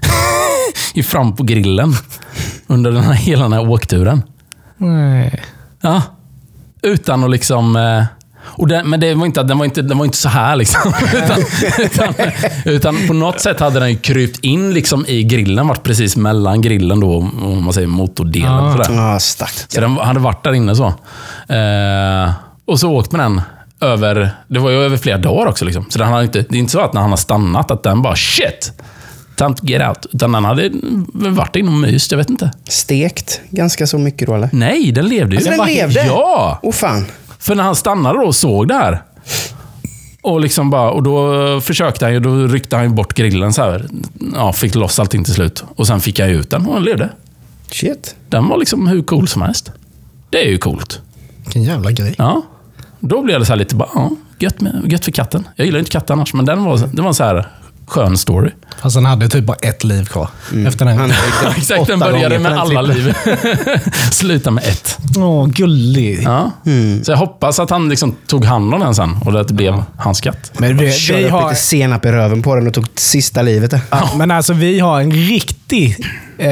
Speaker 2: i fram på grillen under den här, hela den här åkturen.
Speaker 3: Nej.
Speaker 2: Ja. Utan att liksom... Eh, och det, men det var inte, den, var inte, den var inte så här liksom. utan, utan, utan på något sätt hade den ju krypt in liksom i grillen. Varit precis mellan grillen då, om man säger motordelen.
Speaker 3: Ah.
Speaker 2: Sådär.
Speaker 1: Ja, stack.
Speaker 2: Så den hade varit där inne så. Eh, och så åkte med den över... Det var ju över flera dagar också liksom. Så den hade inte, det är inte så att när han har stannat att den bara shit! Time to get out. Utan den hade varit inom myst, jag vet inte.
Speaker 1: Stekt ganska så mycket då, eller?
Speaker 2: Nej, den levde ju.
Speaker 1: Alltså, den
Speaker 2: var,
Speaker 1: levde?
Speaker 2: Ja!
Speaker 1: Åh fan.
Speaker 2: För när han stannade då och såg det här. Och liksom bara... Och då försökte han ju... Då ryckte han ju bort grillen så här. Ja, fick loss allting till slut. Och sen fick jag ut den och den levde.
Speaker 1: Shit.
Speaker 2: Den var liksom hur cool som helst. Det är ju coolt.
Speaker 3: Vilken jävla grej.
Speaker 2: Ja. Då blev det så här lite bara... Ja, gött, med, gött för katten. Jag gillar inte katten annars. Men den var, det var en så här skön story.
Speaker 3: Fast han hade typ bara ett liv kvar.
Speaker 1: Mm.
Speaker 3: Efter den.
Speaker 1: Han
Speaker 2: Ja, exakt, den började med alla liv. Sluta med ett.
Speaker 3: Åh, gullig.
Speaker 2: Ja.
Speaker 1: Mm.
Speaker 2: Så jag hoppas att han liksom tog hand om den sen. Och att det blev ja. hans katt.
Speaker 3: Men det,
Speaker 1: Körde
Speaker 3: vi
Speaker 1: upp
Speaker 3: har,
Speaker 1: lite senap i röven på den och tog sista livet.
Speaker 3: ja, men alltså vi har en riktig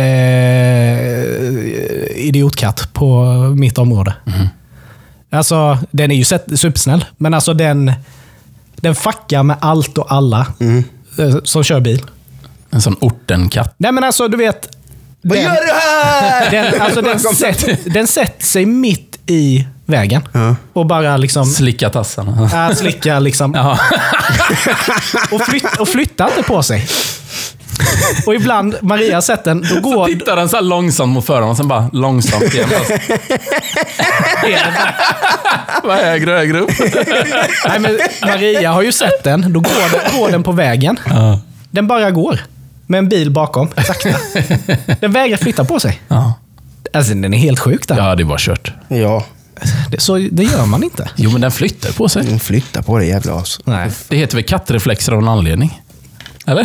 Speaker 3: eh, idiotkatt på mitt område.
Speaker 2: Mm.
Speaker 3: Alltså, den är ju supersnäll. Men alltså den, den fuckar med allt och alla
Speaker 1: Mm.
Speaker 3: eh, som kör bil.
Speaker 2: En sån ortenkatt.
Speaker 3: Nej men alltså, du vet...
Speaker 1: Vad
Speaker 3: den,
Speaker 1: gör du här?
Speaker 3: Den, alltså, den, sätt, den sätter sig mitt i vägen.
Speaker 1: Ja.
Speaker 3: Och bara liksom...
Speaker 2: Slicka tassarna.
Speaker 3: Äh, slicka liksom.
Speaker 2: Ja.
Speaker 3: och, flytt, och flyttar inte på sig. Och ibland, Maria har sett den, då går...
Speaker 2: Så tittar den så här långsamt mot föraren och sen bara långsamt igen. Vad högre och högre upp.
Speaker 3: Nej, men Maria har ju sett den, då går den, går den på vägen.
Speaker 2: Ja.
Speaker 3: Den bara går. Med en bil bakom, sakta. Den vägrar flytta på sig.
Speaker 2: Ja.
Speaker 3: Alltså, den är helt sjuk där.
Speaker 2: Ja, det var kört.
Speaker 1: Ja,
Speaker 3: Det, så, det gör man inte.
Speaker 2: Jo, men den flyttar på sig.
Speaker 1: den flyttar på det jävla as.
Speaker 3: Nej.
Speaker 2: Det heter väl kattreflexer av en anledning? Eller?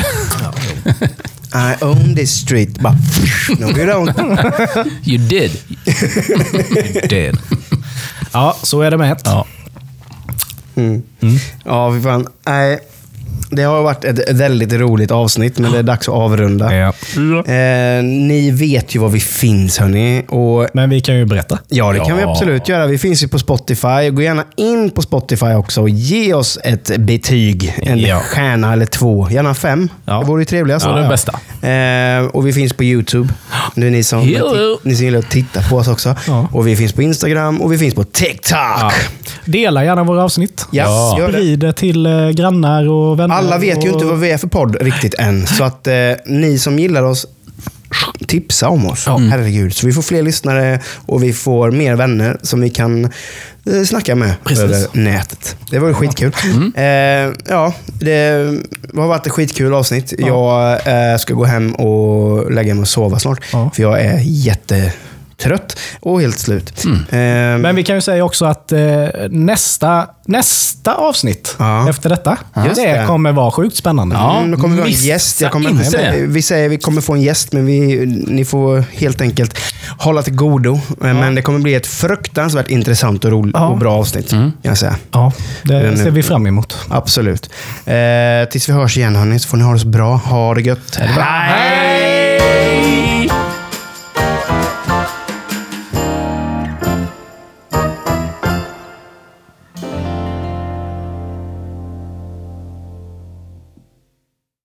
Speaker 1: I own this street. Bara, no you don't.
Speaker 2: You did.
Speaker 3: Det. Ja, så är det med ett.
Speaker 2: Ja.
Speaker 1: Mm. Ja, fy fan. Nej, det har varit ett väldigt roligt avsnitt, men det är dags att avrunda.
Speaker 3: Ja.
Speaker 1: Eh, ni vet ju var vi finns, hörni. Och
Speaker 3: Men vi kan ju berätta.
Speaker 1: ja, det kan
Speaker 2: Ja.
Speaker 1: vi absolut göra. Vi finns ju på Spotify. Gå gärna in på Spotify också och ge oss ett betyg. En
Speaker 3: Ja.
Speaker 1: stjärna eller två. Gärna fem.
Speaker 3: Ja.
Speaker 1: Det vore ju trevligast.
Speaker 2: Ja, det är det bästa.
Speaker 1: Eh, och vi finns på YouTube. Nu är ni som,
Speaker 2: Hello.
Speaker 1: ni som gillar att titta på oss också.
Speaker 3: Ja.
Speaker 1: Och vi finns på Instagram och vi finns på TikTok.
Speaker 3: Ja. Dela gärna våra avsnitt.
Speaker 1: Ja,
Speaker 2: Ja.
Speaker 1: gör det.
Speaker 3: Sprid det till eh, grannar och vänner.
Speaker 1: Alla vet ju
Speaker 3: och...
Speaker 1: inte vad vi är för podd riktigt än. Så att eh, ni som gillar oss, tipsa om oss.
Speaker 3: Ja.
Speaker 1: Herregud. Så vi får fler lyssnare och vi får mer vänner som vi kan eh, snacka med
Speaker 3: Precis.
Speaker 1: över nätet. Det var ju skitkul. Eh, ja, det har varit ett skitkul avsnitt. Jag eh, ska gå hem och lägga mig och sova snart.
Speaker 3: Ja.
Speaker 1: För jag är jättetrött och helt slut. Eh,
Speaker 3: Men vi kan ju säga också att eh, nästa, nästa avsnitt
Speaker 1: Ja.
Speaker 3: efter detta,
Speaker 1: Just
Speaker 3: det,
Speaker 1: det.
Speaker 3: kommer vara sjukt spännande.
Speaker 2: Ja.
Speaker 1: Mm, då kommer vi ha en
Speaker 2: missa
Speaker 1: gäst. Jag kommer
Speaker 2: inte
Speaker 1: säga,
Speaker 2: det.
Speaker 1: vi säger vi kommer få en gäst, men vi, ni får helt enkelt hålla till godo. Men det kommer bli ett fruktansvärt intressant och, roligt
Speaker 3: Ja.
Speaker 1: och bra avsnitt. Kan jag säga.
Speaker 3: Ja, det
Speaker 1: Den-
Speaker 3: ser vi fram emot.
Speaker 1: Absolut. Eh, tills vi hörs igen, hörni, så får ni ha det så bra. Ha det gött.
Speaker 3: Hej!